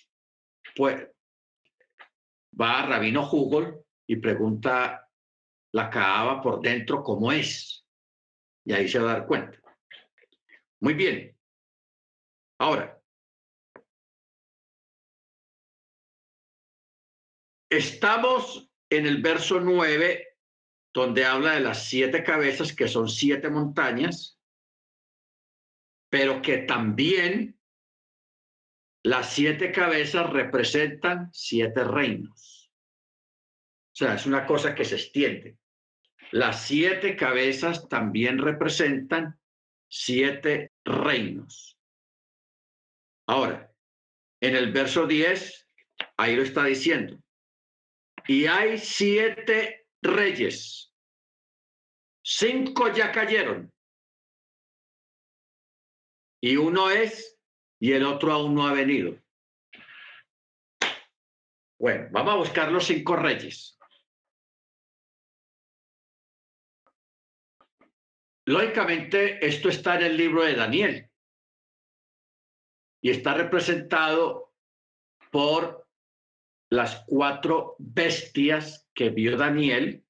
va a Rabino Google y pregunta la Kaaba por dentro cómo es. Y ahí se va a dar cuenta. Muy bien. Ahora, estamos en el verso 9, donde habla de las 7 cabezas, que son 7 montañas, pero que también las 7 cabezas representan 7 reinos. O sea, es una cosa que se extiende. Las 7 cabezas también representan 7 reinos. Ahora, en el verso 10, ahí lo está diciendo. Y hay 7 reyes. 5 ya cayeron. Y uno es, y el otro aún no ha venido. Bueno, vamos a buscar los 5 reyes. Lógicamente, esto está en el libro de Daniel. Y está representado por las 4 bestias que vio Daniel.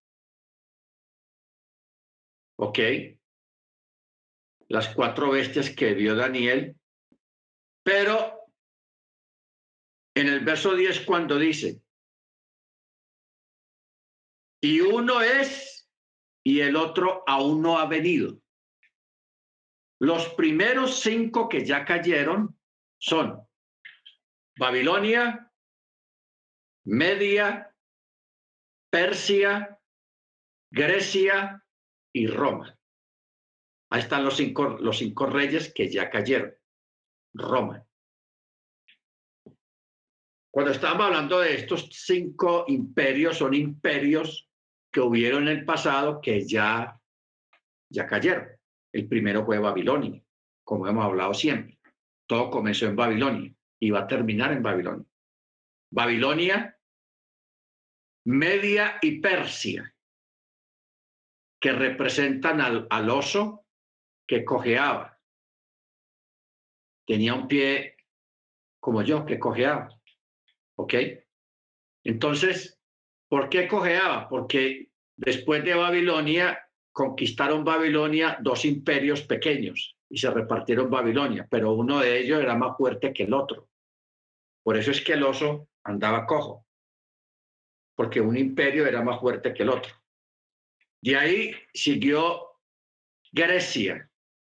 ¿Ok? Las 4 bestias que vio Daniel. Pero en el verso 10, cuando dice, y uno es, y el otro aún no ha venido. Los primeros 5 que ya cayeron son Babilonia, Media, Persia, Grecia y Roma. Ahí están los cinco reyes que ya cayeron. Roma. Cuando estamos hablando de estos 5 imperios, son imperios que hubieron en el pasado que ya cayeron. El primero fue Babilonia, como hemos hablado siempre. Todo comenzó en Babilonia y va a terminar en Babilonia. Babilonia, Media y Persia, que representan al oso que cojeaba. Tenía un pie como yo, que cojeaba. ¿Ok? Entonces, ¿por qué cojeaba? Porque después de Babilonia, conquistaron Babilonia 2 imperios pequeños y se repartieron Babilonia, pero uno de ellos era más fuerte que el otro. Por eso es que el oso andaba cojo, porque un imperio era más fuerte que el otro. De ahí siguió Grecia.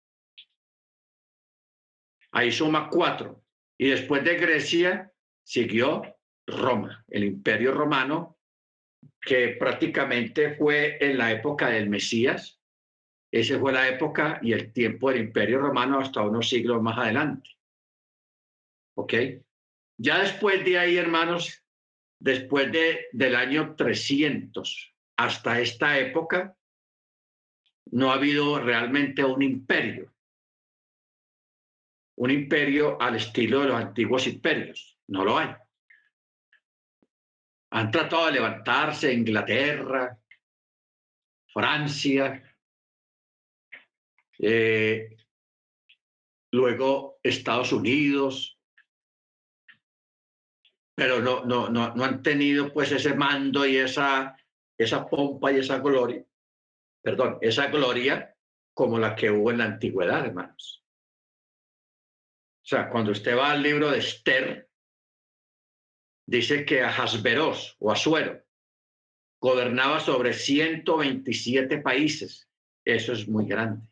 Ahí suma 4. Y después de Grecia siguió Roma, el imperio romano, que prácticamente fue en la época del Mesías. Esa fue la época y el tiempo del imperio romano hasta unos siglos más adelante. ¿Ok? Ya después de ahí, hermanos, después del año 300 hasta esta época, no ha habido realmente un imperio al estilo de los antiguos imperios. No lo hay. Han tratado de levantarse Inglaterra, Francia, luego Estados Unidos, pero no han tenido pues ese mando y esa pompa y esa gloria, esa gloria como la que hubo en la antigüedad, hermanos. O sea, cuando usted va al libro de Esther, dice que Ahasveros o Asuero gobernaba sobre 127 países. Eso es muy grande.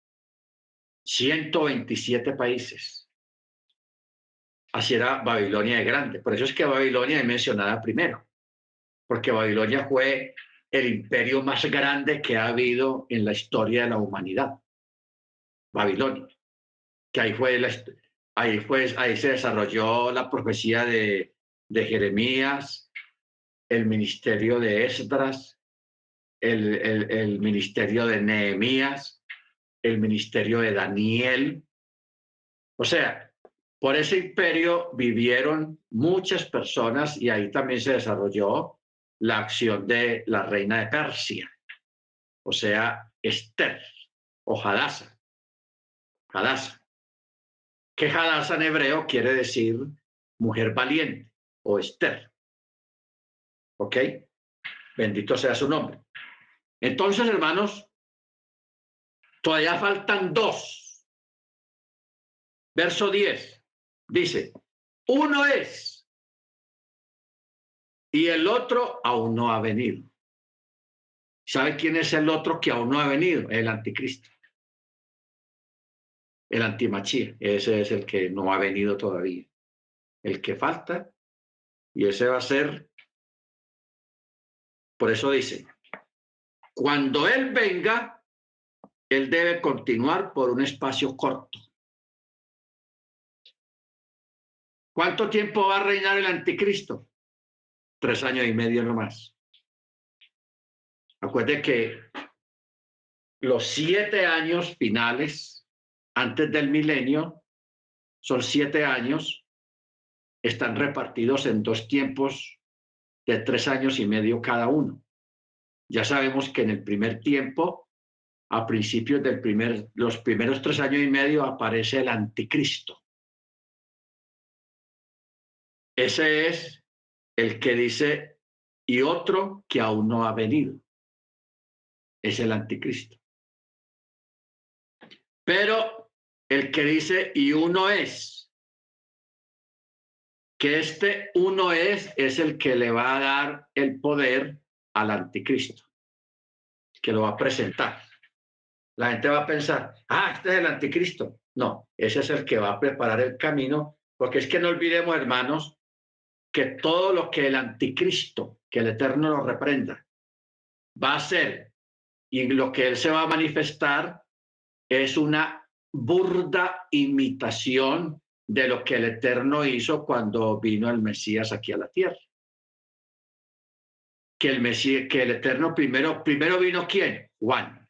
127 países. Así era Babilonia de grande. Por eso es que Babilonia es mencionada primero, porque Babilonia fue el imperio más grande que ha habido en la historia de la humanidad. Babilonia, que ahí se desarrolló la profecía de Jeremías, el ministerio de Esdras, el ministerio de Nehemías, el ministerio de Daniel. O sea, Por ese imperio vivieron muchas personas y ahí también se desarrolló la acción de la reina de Persia, o sea, Esther o Hadasa. Hadasa. Que Hadasa en hebreo quiere decir mujer valiente o Esther. ¿Ok? Bendito sea su nombre. Entonces, hermanos, todavía faltan dos. Verso 10 dice, uno es y el otro aún no ha venido. ¿Sabe quién es el otro que aún no ha venido? El anticristo. El antimachía. Ese es el que no ha venido todavía. El que falta. Y ese va a ser, por eso dice, cuando Él venga, Él debe continuar por un espacio corto. ¿Cuánto tiempo va a reinar el anticristo? 3 años y medio nomás. Acuerde que los 7 años finales antes del milenio son 7 años, están repartidos en 2 tiempos de 3 años y medio cada uno. Ya sabemos que en el primer tiempo, a principios los primeros 3 años y medio, aparece el anticristo. Ese es el que dice, y otro que aún no ha venido. Es el anticristo. Pero el que dice, y uno es, que este uno es el que le va a dar el poder al anticristo, que lo va a presentar. La gente va a pensar, este es el anticristo. No, ese es el que va a preparar el camino, porque es que no olvidemos, hermanos, que todo lo que el anticristo, que el Eterno lo reprenda, va a hacer y lo que él se va a manifestar es una burda imitación de lo que el Eterno hizo cuando vino el Mesías aquí a la tierra. Que el Eterno primero vino ¿quién? Juan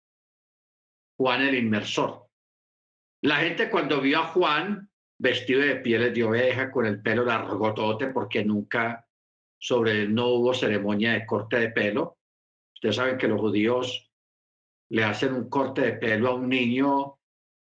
el inmersor. La gente cuando vio a Juan vestido de pieles de oveja, con el pelo largotote, porque nunca sobre él no hubo ceremonia de corte de pelo. Ustedes saben que los judíos le hacen un corte de pelo a un niño,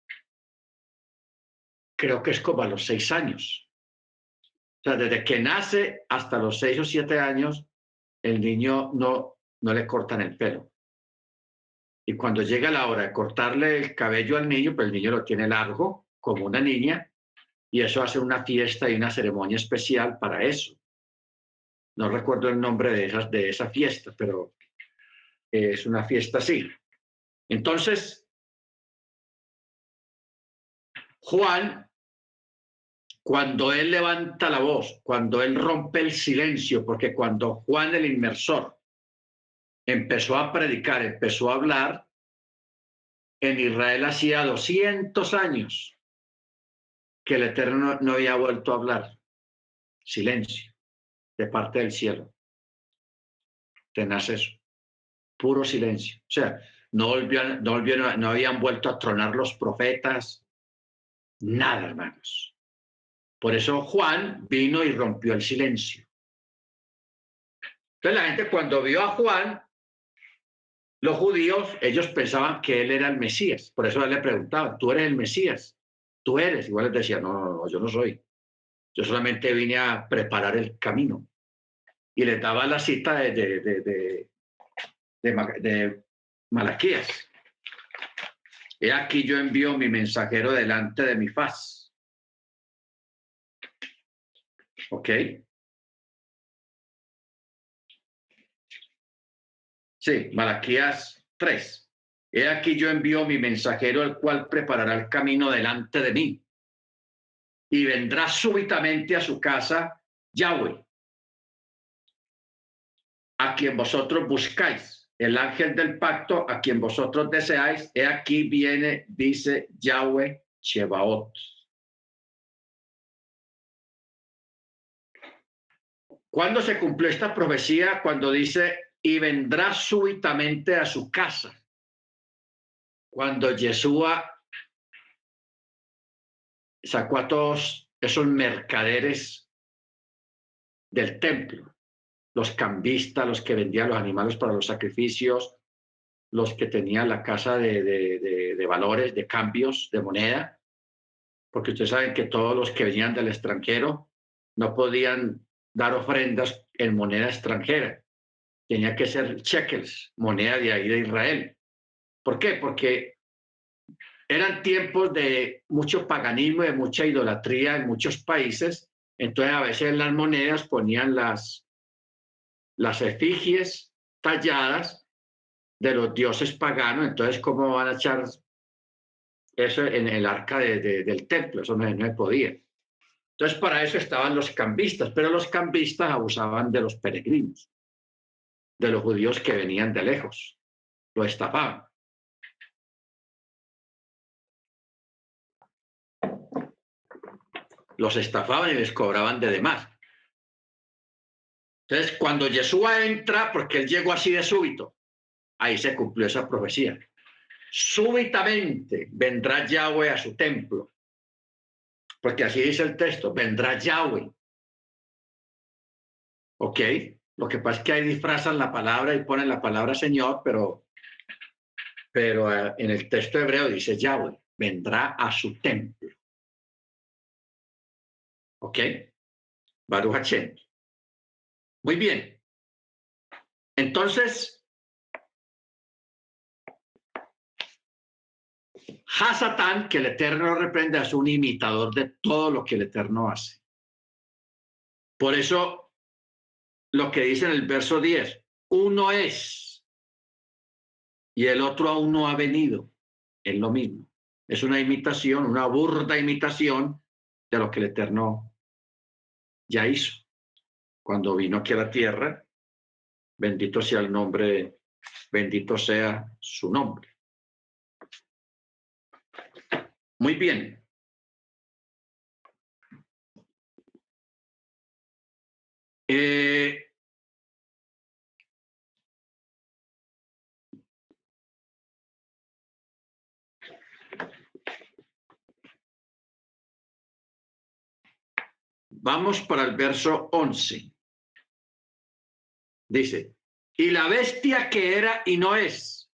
creo que es como a los 6 años. O sea, desde que nace hasta los 6 o 7 años, el niño no le cortan el pelo. Y cuando llega la hora de cortarle el cabello al niño, pues el niño lo tiene largo, como una niña, y eso hace una fiesta y una ceremonia especial para eso. No recuerdo el nombre de esa fiesta, pero es una fiesta así. Entonces, Juan, cuando él levanta la voz, cuando él rompe el silencio, porque cuando Juan el inmersor empezó a predicar, empezó a hablar, en Israel hacía 200 años que el Eterno no había vuelto a hablar. Silencio de parte del cielo. Tenaz eso. Puro silencio. O sea, no habían vuelto a tronar los profetas. Nada, hermanos. Por eso Juan vino y rompió el silencio. Entonces la gente cuando vio a Juan, los judíos, ellos pensaban que él era el Mesías. Por eso él le preguntaba, ¿tú eres el Mesías? ¿Tú eres? Igual les decía, no, yo no soy. Yo solamente vine a preparar el camino. Y les daba la cita de Malaquías. He aquí yo envío mi mensajero delante de mi faz. ¿Ok? Sí, Malaquías 3. He aquí yo envío mi mensajero, el cual preparará el camino delante de mí. Y vendrá súbitamente a su casa Yahweh, a quien vosotros buscáis, el ángel del pacto, a quien vosotros deseáis. He aquí viene, dice Yahweh Shebaot. ¿Cuándo se cumplió esta profecía? Cuando dice, y vendrá súbitamente a su casa. Cuando Yeshua sacó a todos esos mercaderes del templo, los cambistas, los que vendían los animales para los sacrificios, los que tenían la casa de valores, de cambios, de moneda, porque ustedes saben que todos los que venían del extranjero no podían dar ofrendas en moneda extranjera, tenía que ser shekels, moneda de ahí de Israel. ¿Por qué? Porque eran tiempos de mucho paganismo, de mucha idolatría en muchos países, entonces a veces en las monedas ponían las efigies talladas de los dioses paganos, entonces ¿cómo van a echar eso en el arca del templo? Eso no se podía. Entonces para eso estaban los cambistas, pero los cambistas abusaban de los peregrinos, de los judíos que venían de lejos, lo estafaban. Los estafaban y les cobraban de demás. Entonces, cuando Yeshua entra, porque él llegó así de súbito, ahí se cumplió esa profecía. Súbitamente vendrá Yahweh a su templo, porque así dice el texto, vendrá Yahweh. ¿Ok? Lo que pasa es que ahí disfrazan la palabra y ponen la palabra Señor, pero en el texto hebreo dice Yahweh, vendrá a su templo. ¿Ok? Baruch Hashem. Muy bien. Entonces, Hasatán, que el Eterno reprende, es un imitador de todo lo que el Eterno hace. Por eso, lo que dice en el verso 10, uno es y el otro aún no ha venido, es lo mismo. Es una imitación, una burda imitación de lo que el Eterno ya hizo. Cuando vino aquí a la tierra, bendito sea el nombre, bendito sea su nombre. Muy bien. Vamos para el verso 11. Dice, y la bestia que era y no es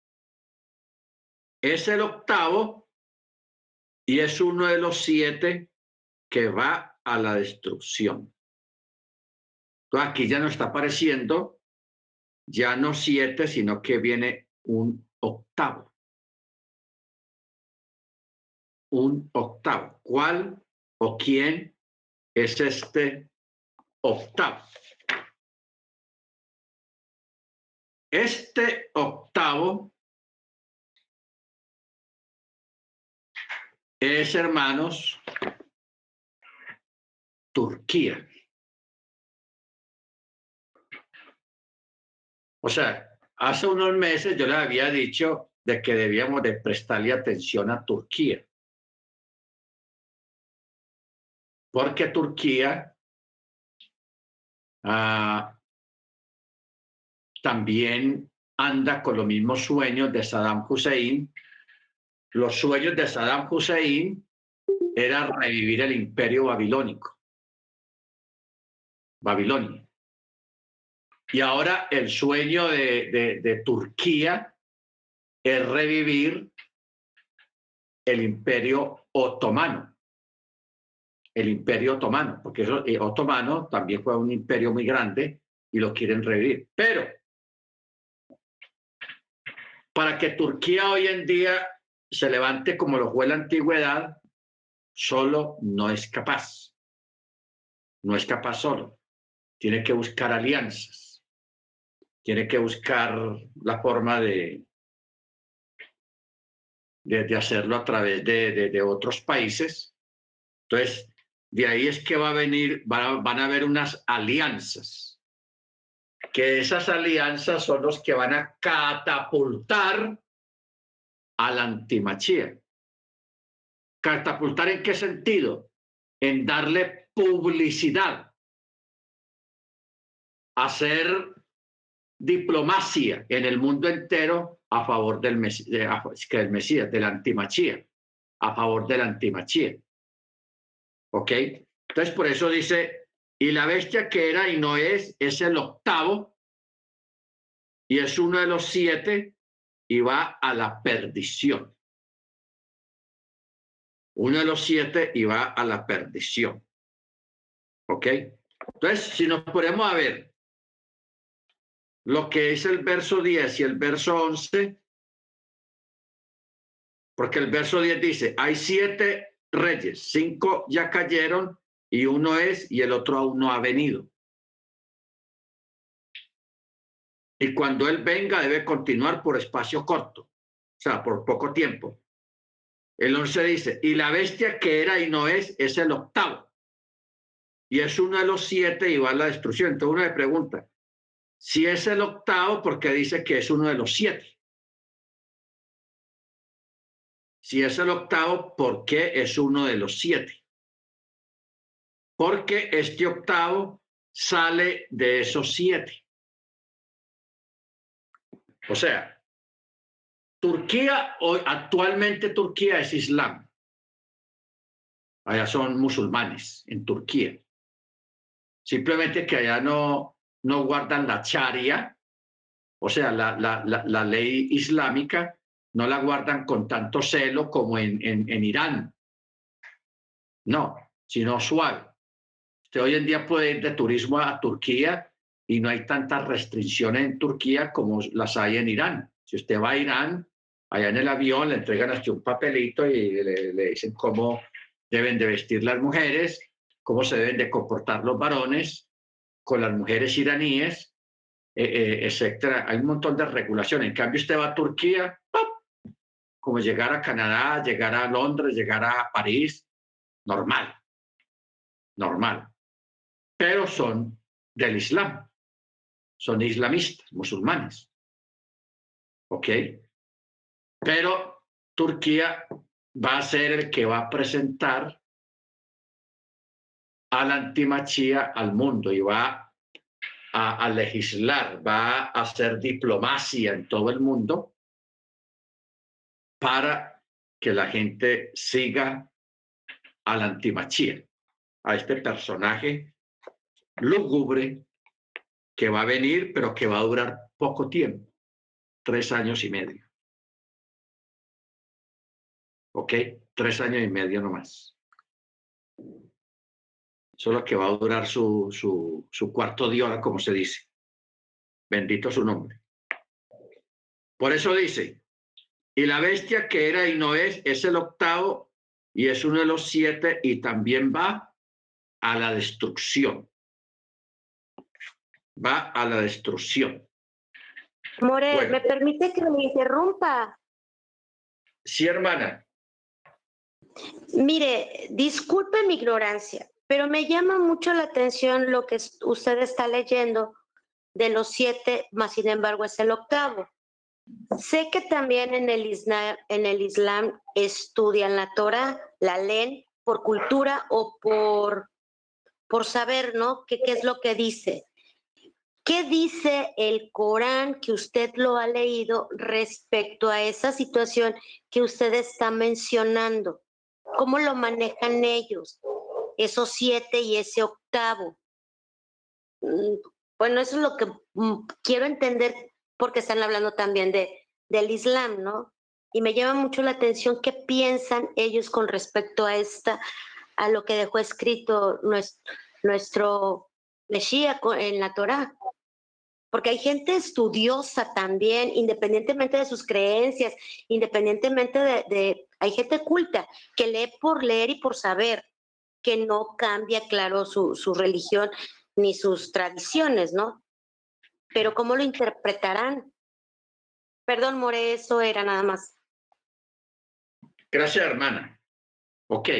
el octavo y es uno de los 7 que va a la destrucción. Entonces aquí ya no está apareciendo ya no 7, sino que viene un octavo. Un octavo. ¿Cuál o quién es este octavo? Este octavo es, hermanos, Turquía. O sea, hace unos meses yo les había dicho de que debíamos de prestarle atención a Turquía. Porque Turquía también anda con los mismos sueños de Saddam Hussein. Los sueños de Saddam Hussein era revivir el imperio babilónico. Babilonia. Y ahora el sueño de Turquía es revivir el imperio otomano. El imperio otomano, porque eso, otomano también fue un imperio muy grande y lo quieren revivir. Pero para que Turquía hoy en día se levante como lo fue en la antigüedad, solo no es capaz. No es capaz solo. Tiene que buscar alianzas. Tiene que buscar la forma de hacerlo a través de otros países. Entonces, de ahí es que va a venir, van a haber unas alianzas, que esas alianzas son los que van a catapultar al antimachía. ¿Catapultar en qué sentido? En darle publicidad, hacer diplomacia en el mundo entero a favor del Mesías, del antimachía, a favor del antimachía. ¿Ok? Entonces, por eso dice, y la bestia que era y no es el octavo, y es uno de los 7, y va a la perdición. Uno de los 7 y va a la perdición. ¿Ok? Entonces, si nos ponemos a ver lo que es el verso 10 y el verso 11, porque el verso 10 dice, hay 7 reyes, 5 ya cayeron y uno es y el otro aún no ha venido. Y cuando él venga debe continuar por espacio corto, o sea, por poco tiempo. El 11 dice, y la bestia que era y no es el octavo. Y es uno de los 7 y va a la destrucción. Entonces uno le pregunta, si es el octavo, ¿por qué dice que es uno de los 7? Si es el octavo, ¿por qué es uno de los 7? Porque este octavo sale de esos 7. O sea, Turquía, hoy, actualmente Turquía es Islam. Allá son musulmanes en Turquía. Simplemente que allá no guardan la charia, o sea, la ley islámica, no la guardan con tanto celo como en Irán. No, sino suave. Usted hoy en día puede ir de turismo a Turquía y no hay tantas restricciones en Turquía como las hay en Irán. Si usted va a Irán, allá en el avión le entregan hasta un papelito y le dicen cómo deben de vestir las mujeres, cómo se deben de comportar los varones con las mujeres iraníes, etcétera. Hay un montón de regulaciones. En cambio, usted va a Turquía, ¡pop!, como llegar a Canadá, llegar a Londres, llegar a París, normal, normal. Pero son del Islam, son islamistas, musulmanes. ¿Ok? Pero Turquía va a ser el que va a presentar a la antimachía al mundo y va a legislar, va a hacer diplomacia en todo el mundo para que la gente siga a la antimachía, a este personaje lúgubre que va a venir, pero que va a durar poco tiempo, 3 años y medio. ¿Ok? 3 años y medio nomás. Solo que va a durar su cuarto de hora, como se dice. Bendito su nombre. Por eso dice, y la bestia que era y no es el octavo y es uno de los 7 y también va a la destrucción. Va a la destrucción. More, Bueno. ¿me permite que me interrumpa? Sí, hermana. Mire, disculpe mi ignorancia, pero me llama mucho la atención lo que usted está leyendo de los 7, más sin embargo es el octavo. Sé que también en el Islam estudian la Torah, la leen por cultura o por saber, ¿no? ¿Qué es lo que dice? ¿Qué dice el Corán que usted lo ha leído respecto a esa situación que usted está mencionando? ¿Cómo lo manejan ellos, esos 7 y ese octavo? Bueno, eso es lo que quiero entender porque están hablando también del Islam, ¿no? Y me llama mucho la atención qué piensan ellos con respecto a lo que dejó escrito nuestro Mesías en la Torá. Porque hay gente estudiosa también, independientemente de sus creencias, independientemente hay gente culta que lee por leer y por saber, que no cambia, claro, su religión ni sus tradiciones, ¿no? Pero ¿cómo lo interpretarán? Perdón, More, eso era nada más. Gracias, hermana. Ok.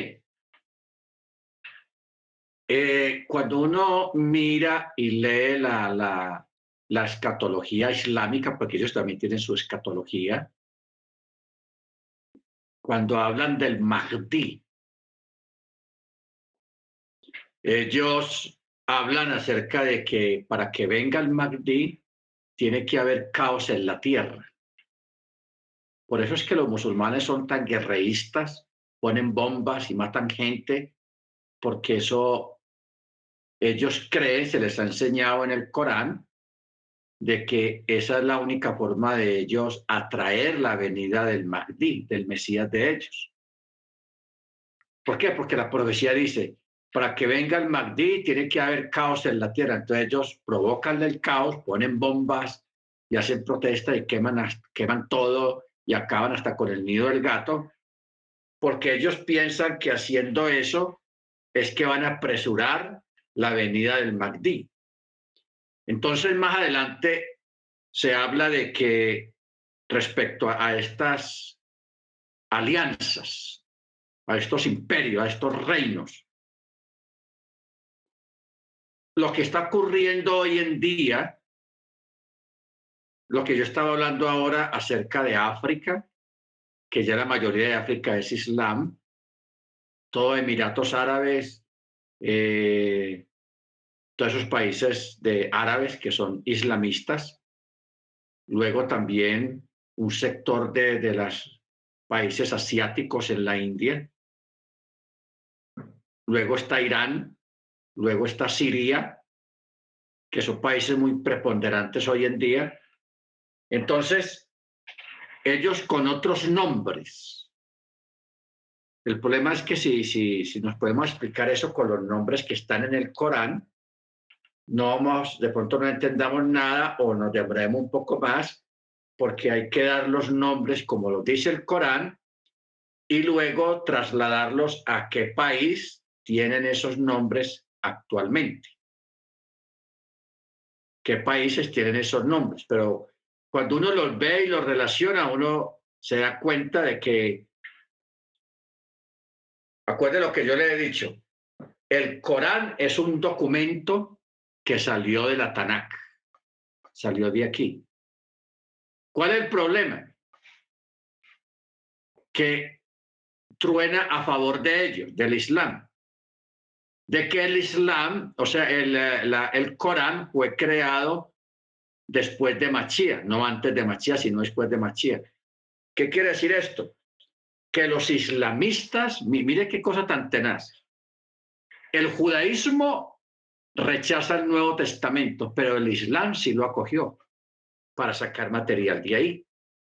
Cuando uno mira y lee la escatología islámica, porque ellos también tienen su escatología, cuando hablan del Mahdi, ellos hablan acerca de que para que venga el Mahdi tiene que haber caos en la tierra. Por eso es que los musulmanes son tan guerreístas, ponen bombas y matan gente porque eso ellos creen, se les ha enseñado en el Corán, de que esa es la única forma de ellos atraer la venida del Mahdi, del Mesías de ellos. ¿Por qué? Porque la profecía dice, para que venga el Mahdi tiene que haber caos en la tierra. Entonces ellos provocan el caos, ponen bombas y hacen protesta y queman todo y acaban hasta con el nido del gato, porque ellos piensan que haciendo eso es que van a apresurar la venida del Mahdi. Entonces, más adelante se habla de que respecto a estas alianzas, a estos imperios, a estos reinos, lo que está ocurriendo hoy en día, lo que yo estaba hablando ahora acerca de África, que ya la mayoría de África es Islam, todo Emiratos Árabes, todos esos países de árabes que son islamistas, luego también un sector de los países asiáticos en la India, luego está Irán, luego está Siria, que son países muy preponderantes hoy en día. Entonces, ellos con otros nombres. El problema es que si nos podemos explicar eso con los nombres que están en el Corán, de pronto no entendamos nada o nos demoremos un poco más, porque hay que dar los nombres como lo dice el Corán y luego trasladarlos a qué país tienen esos nombres actualmente. ¿Qué países tienen esos nombres? Pero cuando uno los ve y los relaciona, uno se da cuenta de que, acuerde lo que yo le he dicho, el Corán es un documento que salió de la Tanakh, salió de aquí. ¿Cuál es el problema? Que truena a favor de ellos, del Islam. De que el Islam, o sea, el Corán fue creado después de Mashiach, no antes de Mashiach, sino después de Mashiach. ¿Qué quiere decir esto? Que los islamistas, mire qué cosa tan tenaz, el judaísmo rechaza el Nuevo Testamento, pero el Islam sí lo acogió para sacar material de ahí.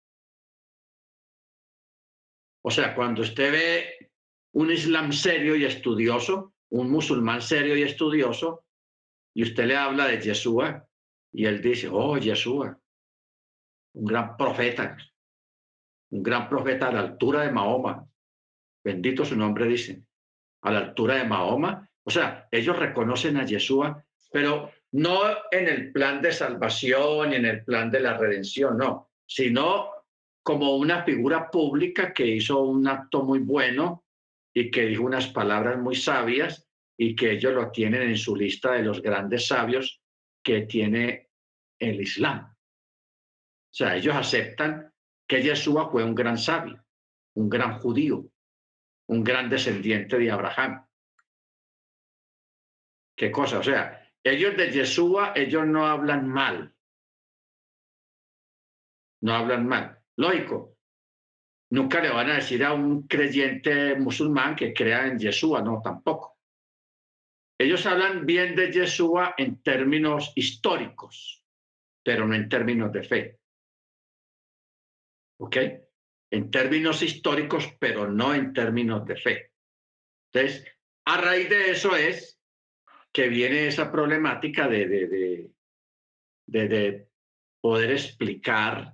O sea, cuando usted ve un Islam serio y estudioso, un musulmán serio y estudioso, y usted le habla de Yeshua, y él dice, oh, Yeshua, un gran profeta a la altura de Mahoma, bendito su nombre, dice, a la altura de Mahoma. O sea, ellos reconocen a Yeshua, pero no en el plan de salvación y en el plan de la redención, no, sino como una figura pública que hizo un acto muy bueno y que dijo unas palabras muy sabias y que ellos lo tienen en su lista de los grandes sabios que tiene el Islam. O sea, ellos aceptan que Yeshua fue un gran sabio, un gran judío, un gran descendiente de Abraham. ¿Qué cosa? O sea, ellos de Yeshua, ellos no hablan mal. No hablan mal. Lógico, nunca le van a decir a un creyente musulmán que crea en Yeshua, no, tampoco. Ellos hablan bien de Yeshua en términos históricos, pero no en términos de fe. ¿Ok? En términos históricos, pero no en términos de fe. Entonces, a raíz de eso es que viene esa problemática de poder explicar,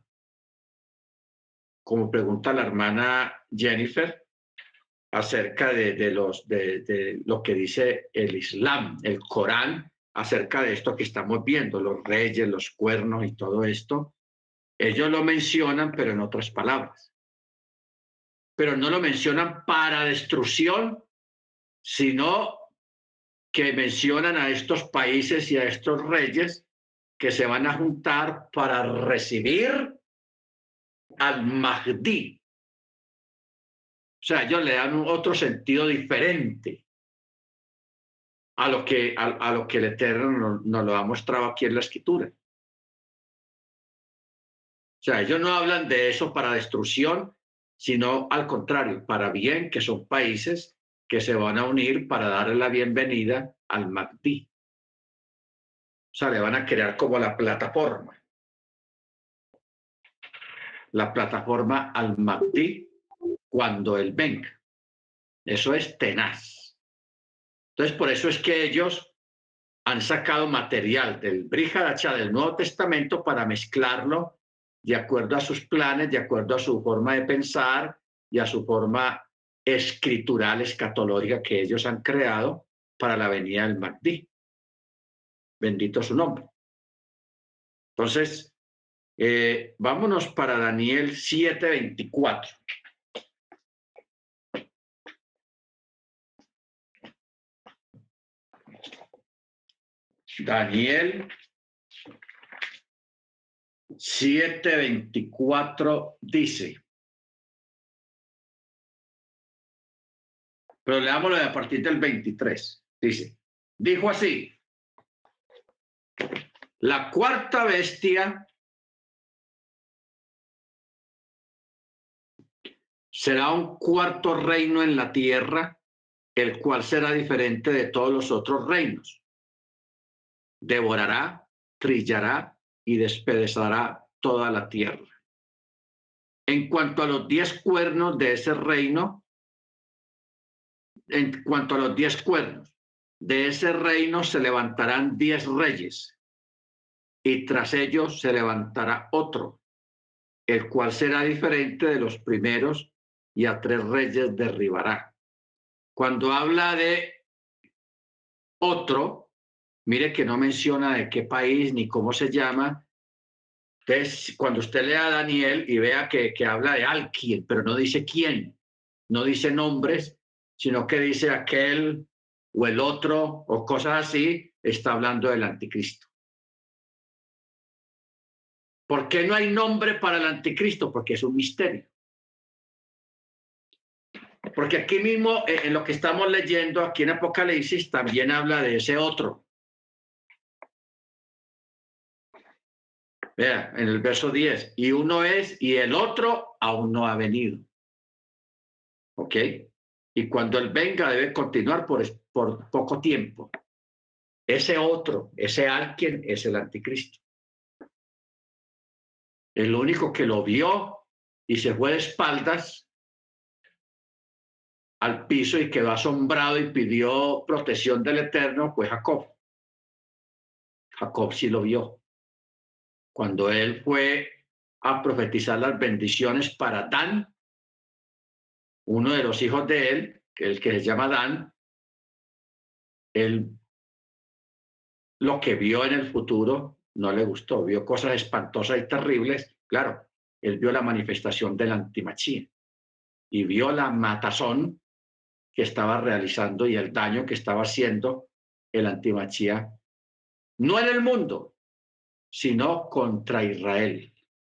como pregunta la hermana Jennifer, acerca de lo que dice el Islam, el Corán, acerca de esto que estamos viendo, los reyes, los cuernos y todo esto. Ellos lo mencionan, pero en otras palabras. Pero no lo mencionan para destrucción, sino que mencionan a estos países y a estos reyes que se van a juntar para recibir al Mahdi. O sea, ellos le dan otro sentido diferente a lo que el Eterno nos lo ha mostrado aquí en la Escritura. O sea, ellos no hablan de eso para destrucción, sino al contrario, para bien, que son países que se van a unir para darle la bienvenida al Mahdi. O sea, le van a crear como la plataforma al Mahdi cuando él venga. Eso es tenaz. Entonces, por eso es que ellos han sacado material del Brit Hadashah del Nuevo Testamento para mezclarlo de acuerdo a sus planes, de acuerdo a su forma de pensar y a su forma escritural, escatológica que ellos han creado para la venida del Mahdi. Bendito su nombre. Entonces, vámonos para Daniel 7:24. Daniel 7:24 dice, pero leámoslo a partir del 23, dice, dijo así, la cuarta bestia será un cuarto reino en la tierra, el cual será diferente de todos los otros reinos. Devorará, trillará y despedazará toda la tierra. En cuanto a los 10 cuernos de ese reino, se levantarán 10 reyes, y tras ellos se levantará otro, el cual será diferente de los primeros, y a 3 reyes derribará. Cuando habla de otro, mire que no menciona de qué país ni cómo se llama. Entonces, cuando usted lea a Daniel y vea que habla de alguien, pero no dice quién, no dice nombres, sino que dice aquel o el otro o cosas así, está hablando del anticristo. ¿Por qué no hay nombre para el anticristo? Porque es un misterio. Porque aquí mismo, en lo que estamos leyendo, aquí en Apocalipsis, también habla de ese otro. Vea, en el verso 10, y uno es, y el otro aún no ha venido. ¿Ok? Y cuando él venga debe continuar por poco tiempo. Ese otro, ese alguien es el anticristo. El único que lo vio y se fue de espaldas al piso y quedó asombrado y pidió protección del Eterno fue Jacob. Jacob sí lo vio. Cuando él fue a profetizar las bendiciones para Dan, uno de los hijos de él, el que se llama Dan, él lo que vio en el futuro no le gustó, vio cosas espantosas y terribles. Claro, él vio la manifestación del antimachía y vio la matazón que estaba realizando y el daño que estaba haciendo el antimachía, no en el mundo, sino contra Israel.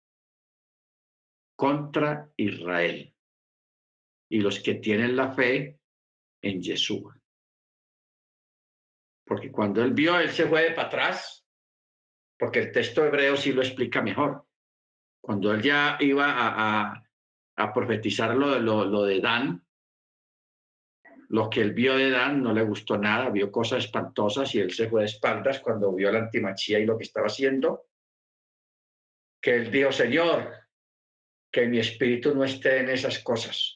Contra Israel. Y los que tienen la fe en Yeshua. Porque cuando él vio, él se fue para atrás, porque el texto hebreo sí lo explica mejor. Cuando él ya iba a profetizar lo de Dan, lo que él vio de Dan no le gustó nada, vio cosas espantosas y él se fue de espaldas cuando vio la antimachía y lo que estaba haciendo, que él dijo, Señor, que mi espíritu no esté en esas cosas.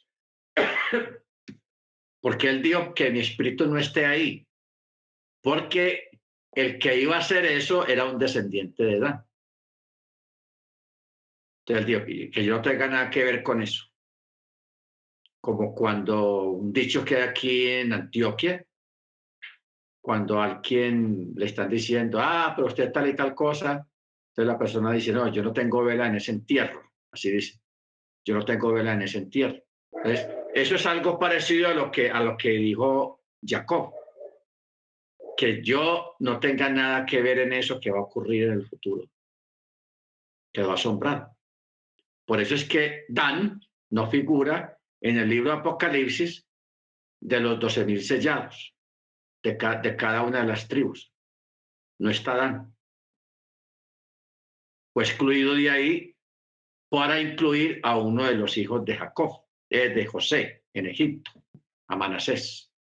Porque él dijo que mi espíritu no esté ahí, porque el que iba a hacer eso era un descendiente de Dan. Entonces él dijo que yo no tenga nada que ver con eso. Como cuando un dicho que hay aquí en Antioquia, cuando a alguien le están diciendo, pero usted tal y tal cosa, entonces la persona dice, no, yo no tengo vela en ese entierro, así dice, yo no tengo vela en ese entierro. Entonces, eso es algo parecido a lo que dijo Jacob, que yo no tenga nada que ver en eso que va a ocurrir en el futuro. Quedó asombrado. Por eso es que Dan no figura en el libro de Apocalipsis de los 12,000 sellados de cada una de las tribus. No está Dan. Fue excluido de ahí para incluir a uno de los hijos de Jacob, de José, en Egipto, a Manasés.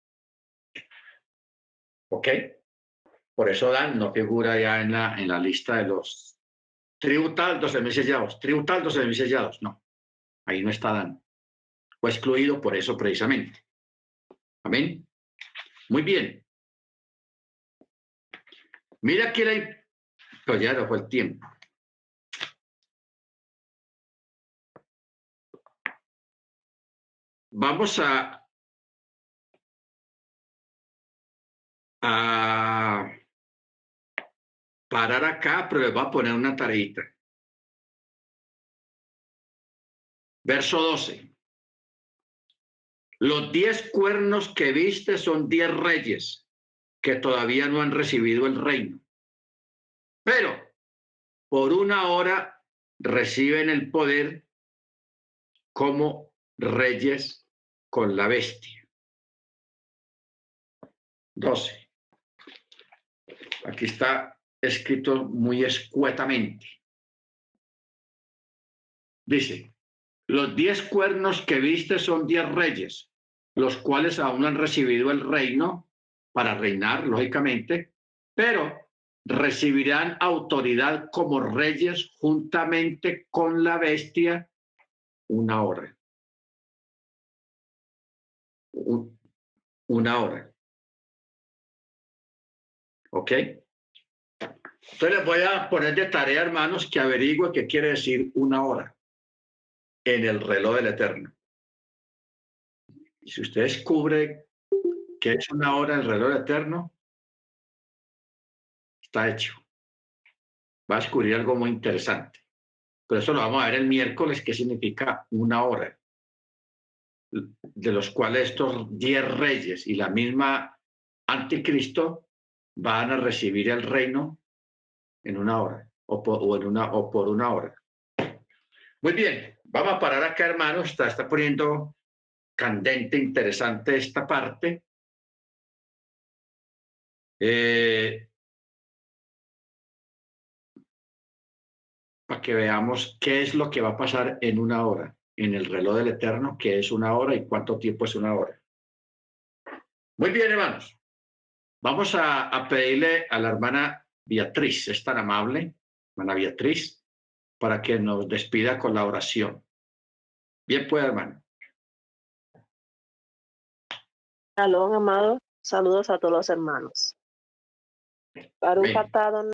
¿Ok? Por eso Dan no figura ya en la lista de los tributal, semisellados. Tributal, semisellados. No, ahí no está Dan. Fue excluido por eso precisamente. Amén. Muy bien. Mira que pero ya no fue el tiempo. Vamos a parar acá, pero les voy a poner una tareita. Verso 12. Los 10 cuernos que viste son 10 reyes que todavía no han recibido el reino. Pero por una hora reciben el poder como reyes con la bestia. 12. Aquí está escrito muy escuetamente. Dice, los 10 cuernos que viste son 10 reyes, los cuales aún no han recibido el reino para reinar, lógicamente, pero recibirán autoridad como reyes juntamente con la bestia una hora. Una hora. ¿Ok? Entonces les voy a poner de tarea, hermanos, que averigüe qué quiere decir una hora en el reloj del Eterno. Y si usted descubre qué es una hora en el reloj del Eterno, está hecho. Va a descubrir algo muy interesante. Pero eso lo vamos a ver el miércoles, qué significa una hora, de los cuales estos 10 reyes y la misma anticristo van a recibir el reino en una hora o por una hora. Muy bien, vamos a parar acá, hermanos. Está poniendo candente, interesante esta parte. Para que veamos qué es lo que va a pasar en una hora, en el reloj del Eterno, qué es una hora y cuánto tiempo es una hora. Muy bien, hermanos. Vamos a pedirle a la hermana Beatriz, es tan amable, hermana Beatriz, para que nos despida con la oración. Bien, pues, hermano. Shalom, amado. Saludos a todos los hermanos. Baruch atah Adonai.